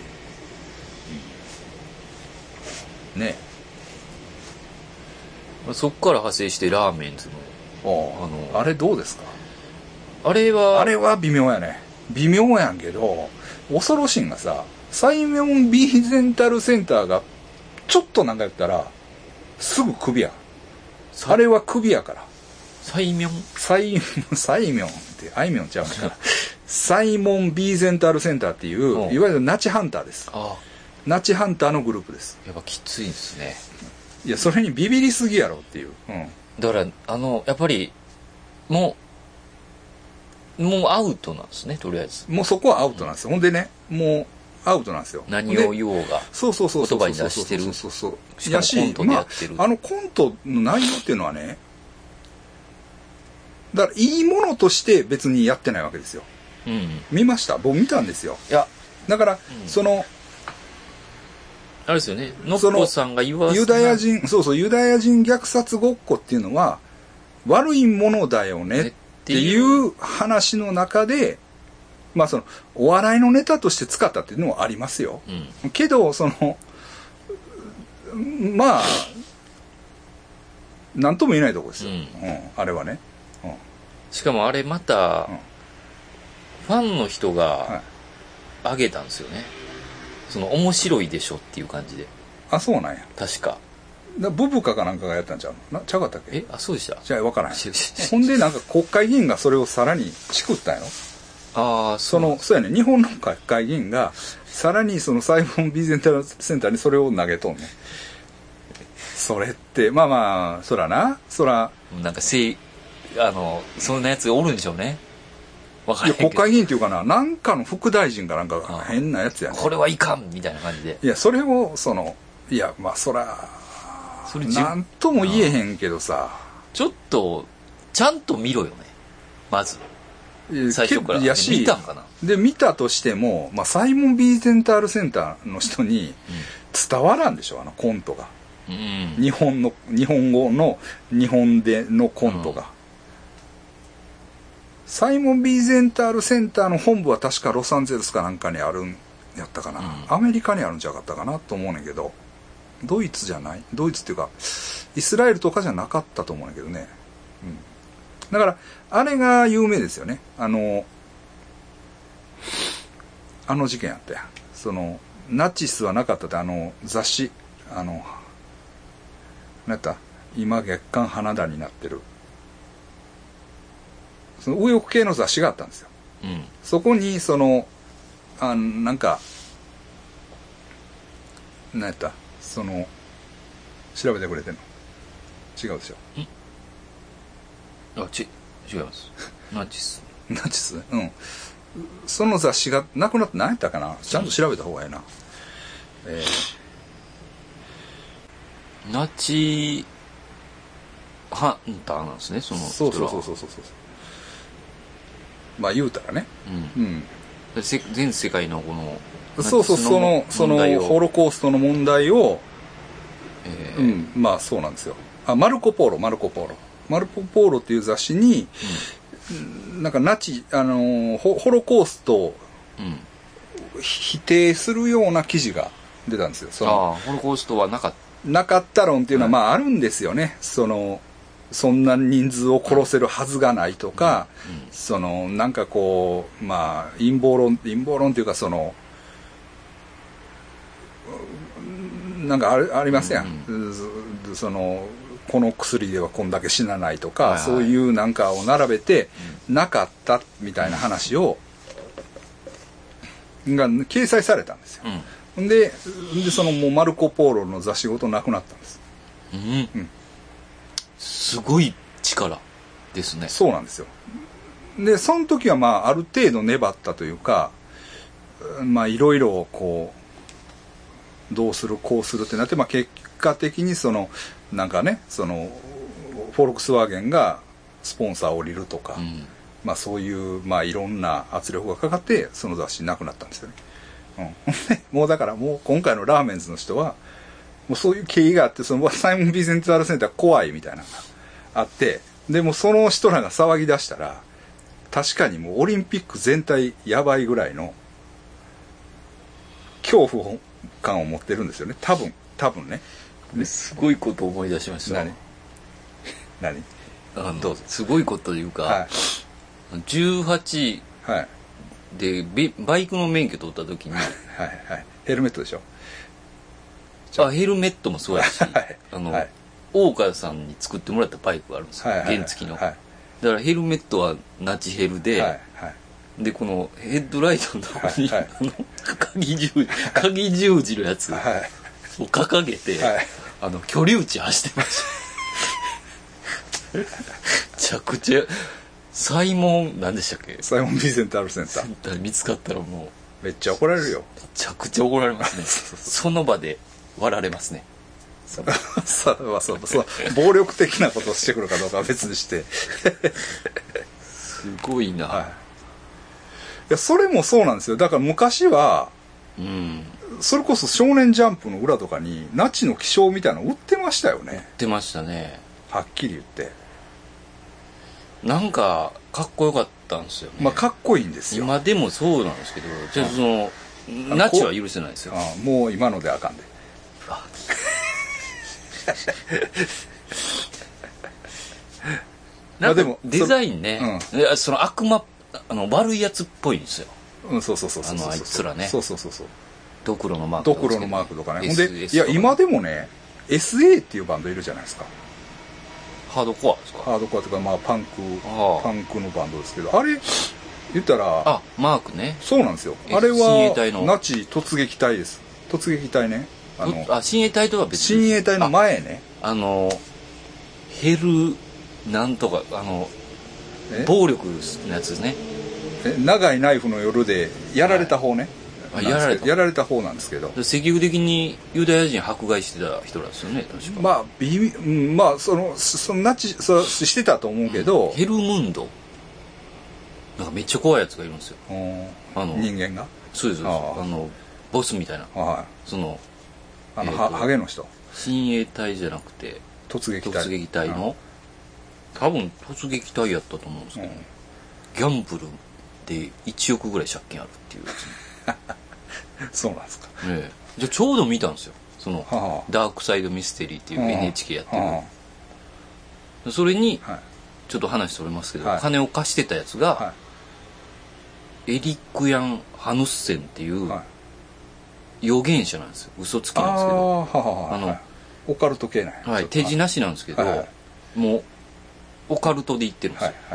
S1: うん、ね。
S2: そっから派生してラーメンズの。
S1: あのあれどうですか。
S2: あれは
S1: あれは微妙やね。微妙やんけど恐ろしいんがさ、サイモン・ビーゼンタルセンターがちょっとなんか言ったらすぐクビや。あれはクビやから。
S2: サイミョン
S1: サイサイミョンってあいみょんちゃうからサイモン・ビーゼンタルセンターっていう、うん、いわゆるナチハンターです。ああナチハンターのグループです。
S2: やっぱきついですね。
S1: いやそれにビビりすぎやろっていう、うん、
S2: だからあのやっぱりもうもうアウトなんですね、とりあえず。
S1: もうそこはアウトなんですよ。うん、ほんでね、もうアウトなんですよ。
S2: 何を言おうが。
S1: そうそうそうそう。
S2: 言葉に出してる。
S1: そうそうそう。
S2: しかもコントでやってる。
S1: まあ、あのコントの内容っていうのはね、だからいいものとして別にやってないわけですよ。うん、見ました。僕見たんですよ。いや、だから、うん、その、
S2: あれですよね、のっぽさんが言わ
S1: せユダヤ人、そうそう、ユダヤ人虐殺ごっこっていうのは、悪いものだよね。っていう話の中で、まあそのお笑いのネタとして使ったっていうのもありますよ。うん、けどそのまあなんとも言えないとこですよ、うんうん、あれはね、うん、
S2: しかもあれまた、うん、ファンの人が上げたんですよね、はい、その面白いでしょっていう感じで。
S1: あ、そうなんや。
S2: 確か
S1: だブブカかなんかがやったんちゃうのな、ちゃうかったっけ。
S2: え、あ、そうでした。
S1: じゃあ分からんほんでなんか国会議員がそれをさらにチクったんやろ。
S2: ああ、
S1: そのそうやね、日本の国会議員がさらにそのサイモン・ビーゼンタルセンターにそれを投げとんね。それってまあまあそらな、そら
S2: なんかせいあのそんなやつおるんでしょうね。わからんけど。
S1: いや国会議員っていうかな、なんかの副大臣かなんか変なやつやね。
S2: これはいかんみたいな感じで。
S1: いやそれをそのいやまあそらそれなんとも言えへんけどさ、
S2: ちょっとちゃんと見ろよね、まず最初から。
S1: やし
S2: 見たんかな。
S1: で見たとしても、まあ、サイモン・ビーゼンタールセンターの人に伝わらんでしょ、あのコントが、うん、日本の日本語の日本でのコントが、うん、サイモン・ビーゼンタールセンターの本部は確かロサンゼルスかなんかにあるんやったかな、うん、アメリカにあるんちゃうかったかなと思うねんけど、ドイツじゃない、ドイツっていうかイスラエルとかじゃなかったと思うんだけどね、うん、だからあれが有名ですよね。あのあの事件あったやん、そのナチスはなかったって、あの雑誌、あの何やった今月刊花田になってるその右翼系の雑誌があったんですよ、うん、そこにそのあなんか何やったその調べてくれてんの違うでしょ。
S2: あち違いますナチス
S1: ナチス、うん、その雑誌がなくなって何やったかな、ちゃんと調べた方がいいな、うん、え
S2: ー、ナチハンターなんですね、その
S1: そうそうそうそうそうそう、まあ言うたらね、うん、うん、
S2: 全世界のこの
S1: そうそう、そのそのホロコーストの問題を、えー、うん、まあそうなんですよ。あ、マルコポーロマルコポーロマルコポーロっていう雑誌に、うん、なんかナチあのー、ホ, ホロコーストを否定するような記事が出たんですよ。その
S2: あ、ホロコーストはなかった
S1: なかった論っていうのはまああるんですよね。そのそんな人数を殺せるはずがないとか、うんうん、そのなんかこうまあ陰謀論陰謀論っていうかそのなんか あ, ありますやん、うんうん、そのこの薬ではこんだけ死なないとか、はいはい、そういうなんかを並べて、うん、なかったみたいな話を、うん、が掲載されたんですよ、うん、で, でそのもうマルコ・ポーロの雑誌ごとなくなったんです、
S2: うんうん、すごい力ですね。
S1: そうなんですよ。でその時はまあある程度粘ったというか、まあいろいろこうどうするこうするってなって、まあ、結果的にそのなんかね、そのフォルクスワーゲンがスポンサーを降りるとか、うん、まあそういうまあいろんな圧力がかかってその雑誌なくなったんですよね、うん、もうだからもう今回のラーメンズの人はもうそういう経緯があって、そのサイモン・ビーゼンタールセンター怖いみたいなのがあって、でもその人らが騒ぎ出したら確かにもうオリンピック全体やばいぐらいの恐怖感を持ってるんですよね、多分多分ね。
S2: すごいことを思い出しました。
S1: 何何
S2: あのどうぞ。すごいことというか、はい、じゅうはちでバイクの免許取った時にはい、
S1: はい、ヘルメットでしょ。
S2: あ、ヘルメットもそうやし、はい、あの、はい、大川さんに作ってもらったバイクがあるんですよ、はいはいはい、原付の、はい、だからヘルメットはナチヘルで、はいはい、でこのヘッドライトのとこに、はいはい、あの鍵十字鍵十字のやつを掲げて、はい、あの居留地走ってましためちゃくちゃサイモン何でしたっけ、
S1: サイモン・ビーゼンタールセンター
S2: センター見つかったらも
S1: うめっちゃ怒られるよ。
S2: めちゃくちゃ怒られますねその場で割られますね
S1: そそうそうそう暴力的なことをしてくるかどうかは別にして
S2: すごいな、はい、い
S1: やそれもそうなんですよ。だから昔は、うん、それこそ少年ジャンプの裏とかにナチの気象みたいなの売ってましたよね。売
S2: ってましたね、
S1: はっきり言って。
S2: なんかかっこよかったんですよね。
S1: まあかっこいいんですよ。
S2: 今でもそうなんですけど、じゃあそのナチは許せないですよ。
S1: ああもう今のであかんで
S2: なんかデザインね、うん、いやその悪魔あの悪いやつっぽいんですよ。
S1: うん、そうそうそうそうそう。
S2: あのあいつらね。
S1: そうそうそうそう。
S2: ドクロのマーク
S1: ドクロのマークとかね。ほんで、いや今でもね、エスエー っていうバンドいるじゃないですか。
S2: ハードコアですか。
S1: ハードコアとかまあパンクパンクのバンドですけど、あれ言ったら
S2: あマークね。
S1: そうなんですよ。あれはナチ突撃隊です。突撃隊ね。
S2: あのあ親衛隊とは別
S1: に親衛隊の前ね。
S2: あのヘルなんとかあの暴力のやつですね。
S1: え長いナイフの夜でやられた方ね。
S2: はい、あやられた
S1: やられた方なんですけど。
S2: 積極的にユダヤ人迫害してた人らですよね確か。
S1: まあ微妙、うん、まあそのそのナチそしてたと思うけど、
S2: うん、ヘルムンドなんかめっちゃ怖いやつがいるんですよ。
S1: あの人間が。
S2: そうですそうです。あのボスみたいな。
S1: はい、
S2: その
S1: あの、えー、ハゲの人。
S2: 親衛隊じゃなくて
S1: 突撃隊。
S2: 突撃隊の、多分突撃隊やったと思うんですけど、うん、ギャンブルでいちおくぐらい借金あるっていうや
S1: つそうなんですか。
S2: ええ、じゃあちょうど見たんですよその、はあ、ダークサイドミステリーっていう エヌエイチケー やってる、はあ、それに、はい、ちょっと話それますけど、はい、金を貸してたやつが、はい、エリック・ヤン・ハヌッセンっていう、はい、預言者なんですよ。嘘つきなんですけど、あ、は
S1: はあの、はい、オカルト系なんや、
S2: はい、手品なしなんですけど、はいはい、もうオカルトで言ってるんですよ、はいはい、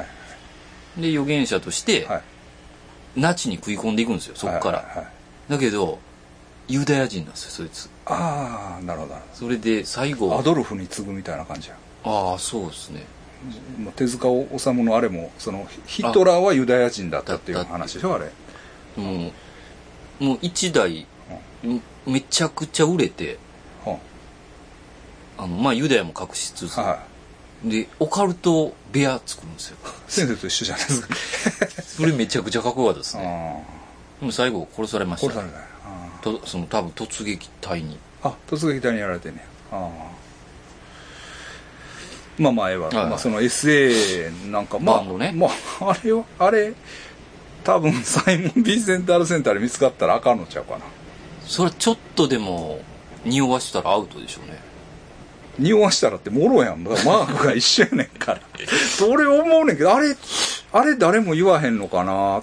S2: で預言者として、はい、ナチに食い込んでいくんですよそこから、はいはいはい、だけどユダヤ人なんですよそいつ。
S1: ああなるほど。
S2: それで最後
S1: アドルフに次ぐみたいな感じや。
S2: ああそうですね。
S1: 手塚治虫のあれもそのヒトラーはユダヤ人だったっていう話でしょあれ。
S2: もうもう一台、うん、めちゃくちゃ売れて、うん、あのまあユダヤも隠しつつ、はい、でオカルト部屋作るんですよ。
S1: 先生と一緒じゃないですか。
S2: それめちゃくちゃかっこよかったですね。でも最後殺されました、ね。
S1: 殺された。
S2: とその多分突撃隊に。
S1: あ突撃隊にやられてね。あまあまあええわ、はいはい、まあ、その エスエー なんかまあ、ね、まああれはあれ多分サイモン・ビンセンタルセンターで見つかったらあかんのちゃうかな。
S2: それちょっとでも匂わしたらアウトでしょうね。
S1: 匂わしたらってもろやん。だからマークが一緒やねんから。それ思うねんけどあれあれ誰も言わへんのかなって。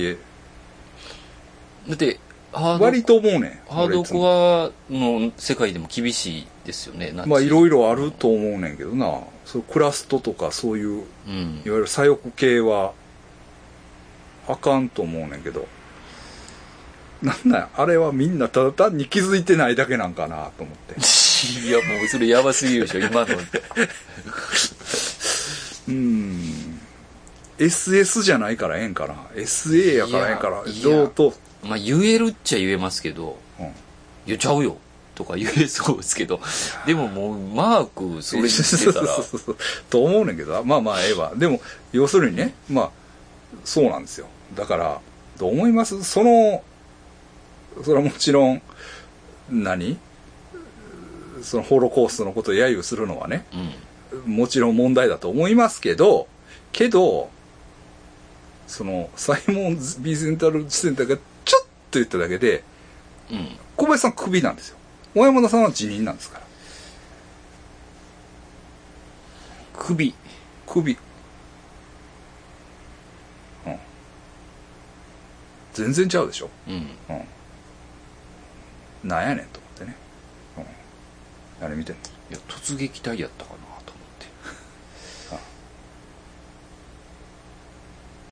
S2: だって
S1: 割と思うねん。
S2: ハードコアの世界でも厳しいですよね。
S1: まあいろいろあると思うねんけどな。そうクラストとかそういう、うん、いわゆる左翼系はあかんと思うねんけど、なんだよあれはみんなただ単に気づいてないだけなんかなと思って。
S2: いやもうそれやばすぎるでしょ今の。
S1: うん。エスエス じゃないからええんかな。エスエー やからええんからどうと。
S2: まあ言えるっちゃ言えますけど、うん、いやちゃうよとか言えそうですけど、でももうマークそれにしてたら
S1: と思うねんけど、まあまあええわ。でも要するにね、まあそうなんですよ。だからどう思います？そのそれはもちろん何そのホロコーストのことを揶揄するのはね、うん、もちろん問題だと思いますけど、けどそのサイモン・ビーセンタルセンターがちょっと言っただけで、うん、小林さんクビなんですよ。小山田さんは辞任なんですから。
S2: クビ
S1: クビ、うん、全然ちゃうでしょ、うんうん、なんやねんと思ってね、うん、あれ見てんの。
S2: いや突撃隊やったかな。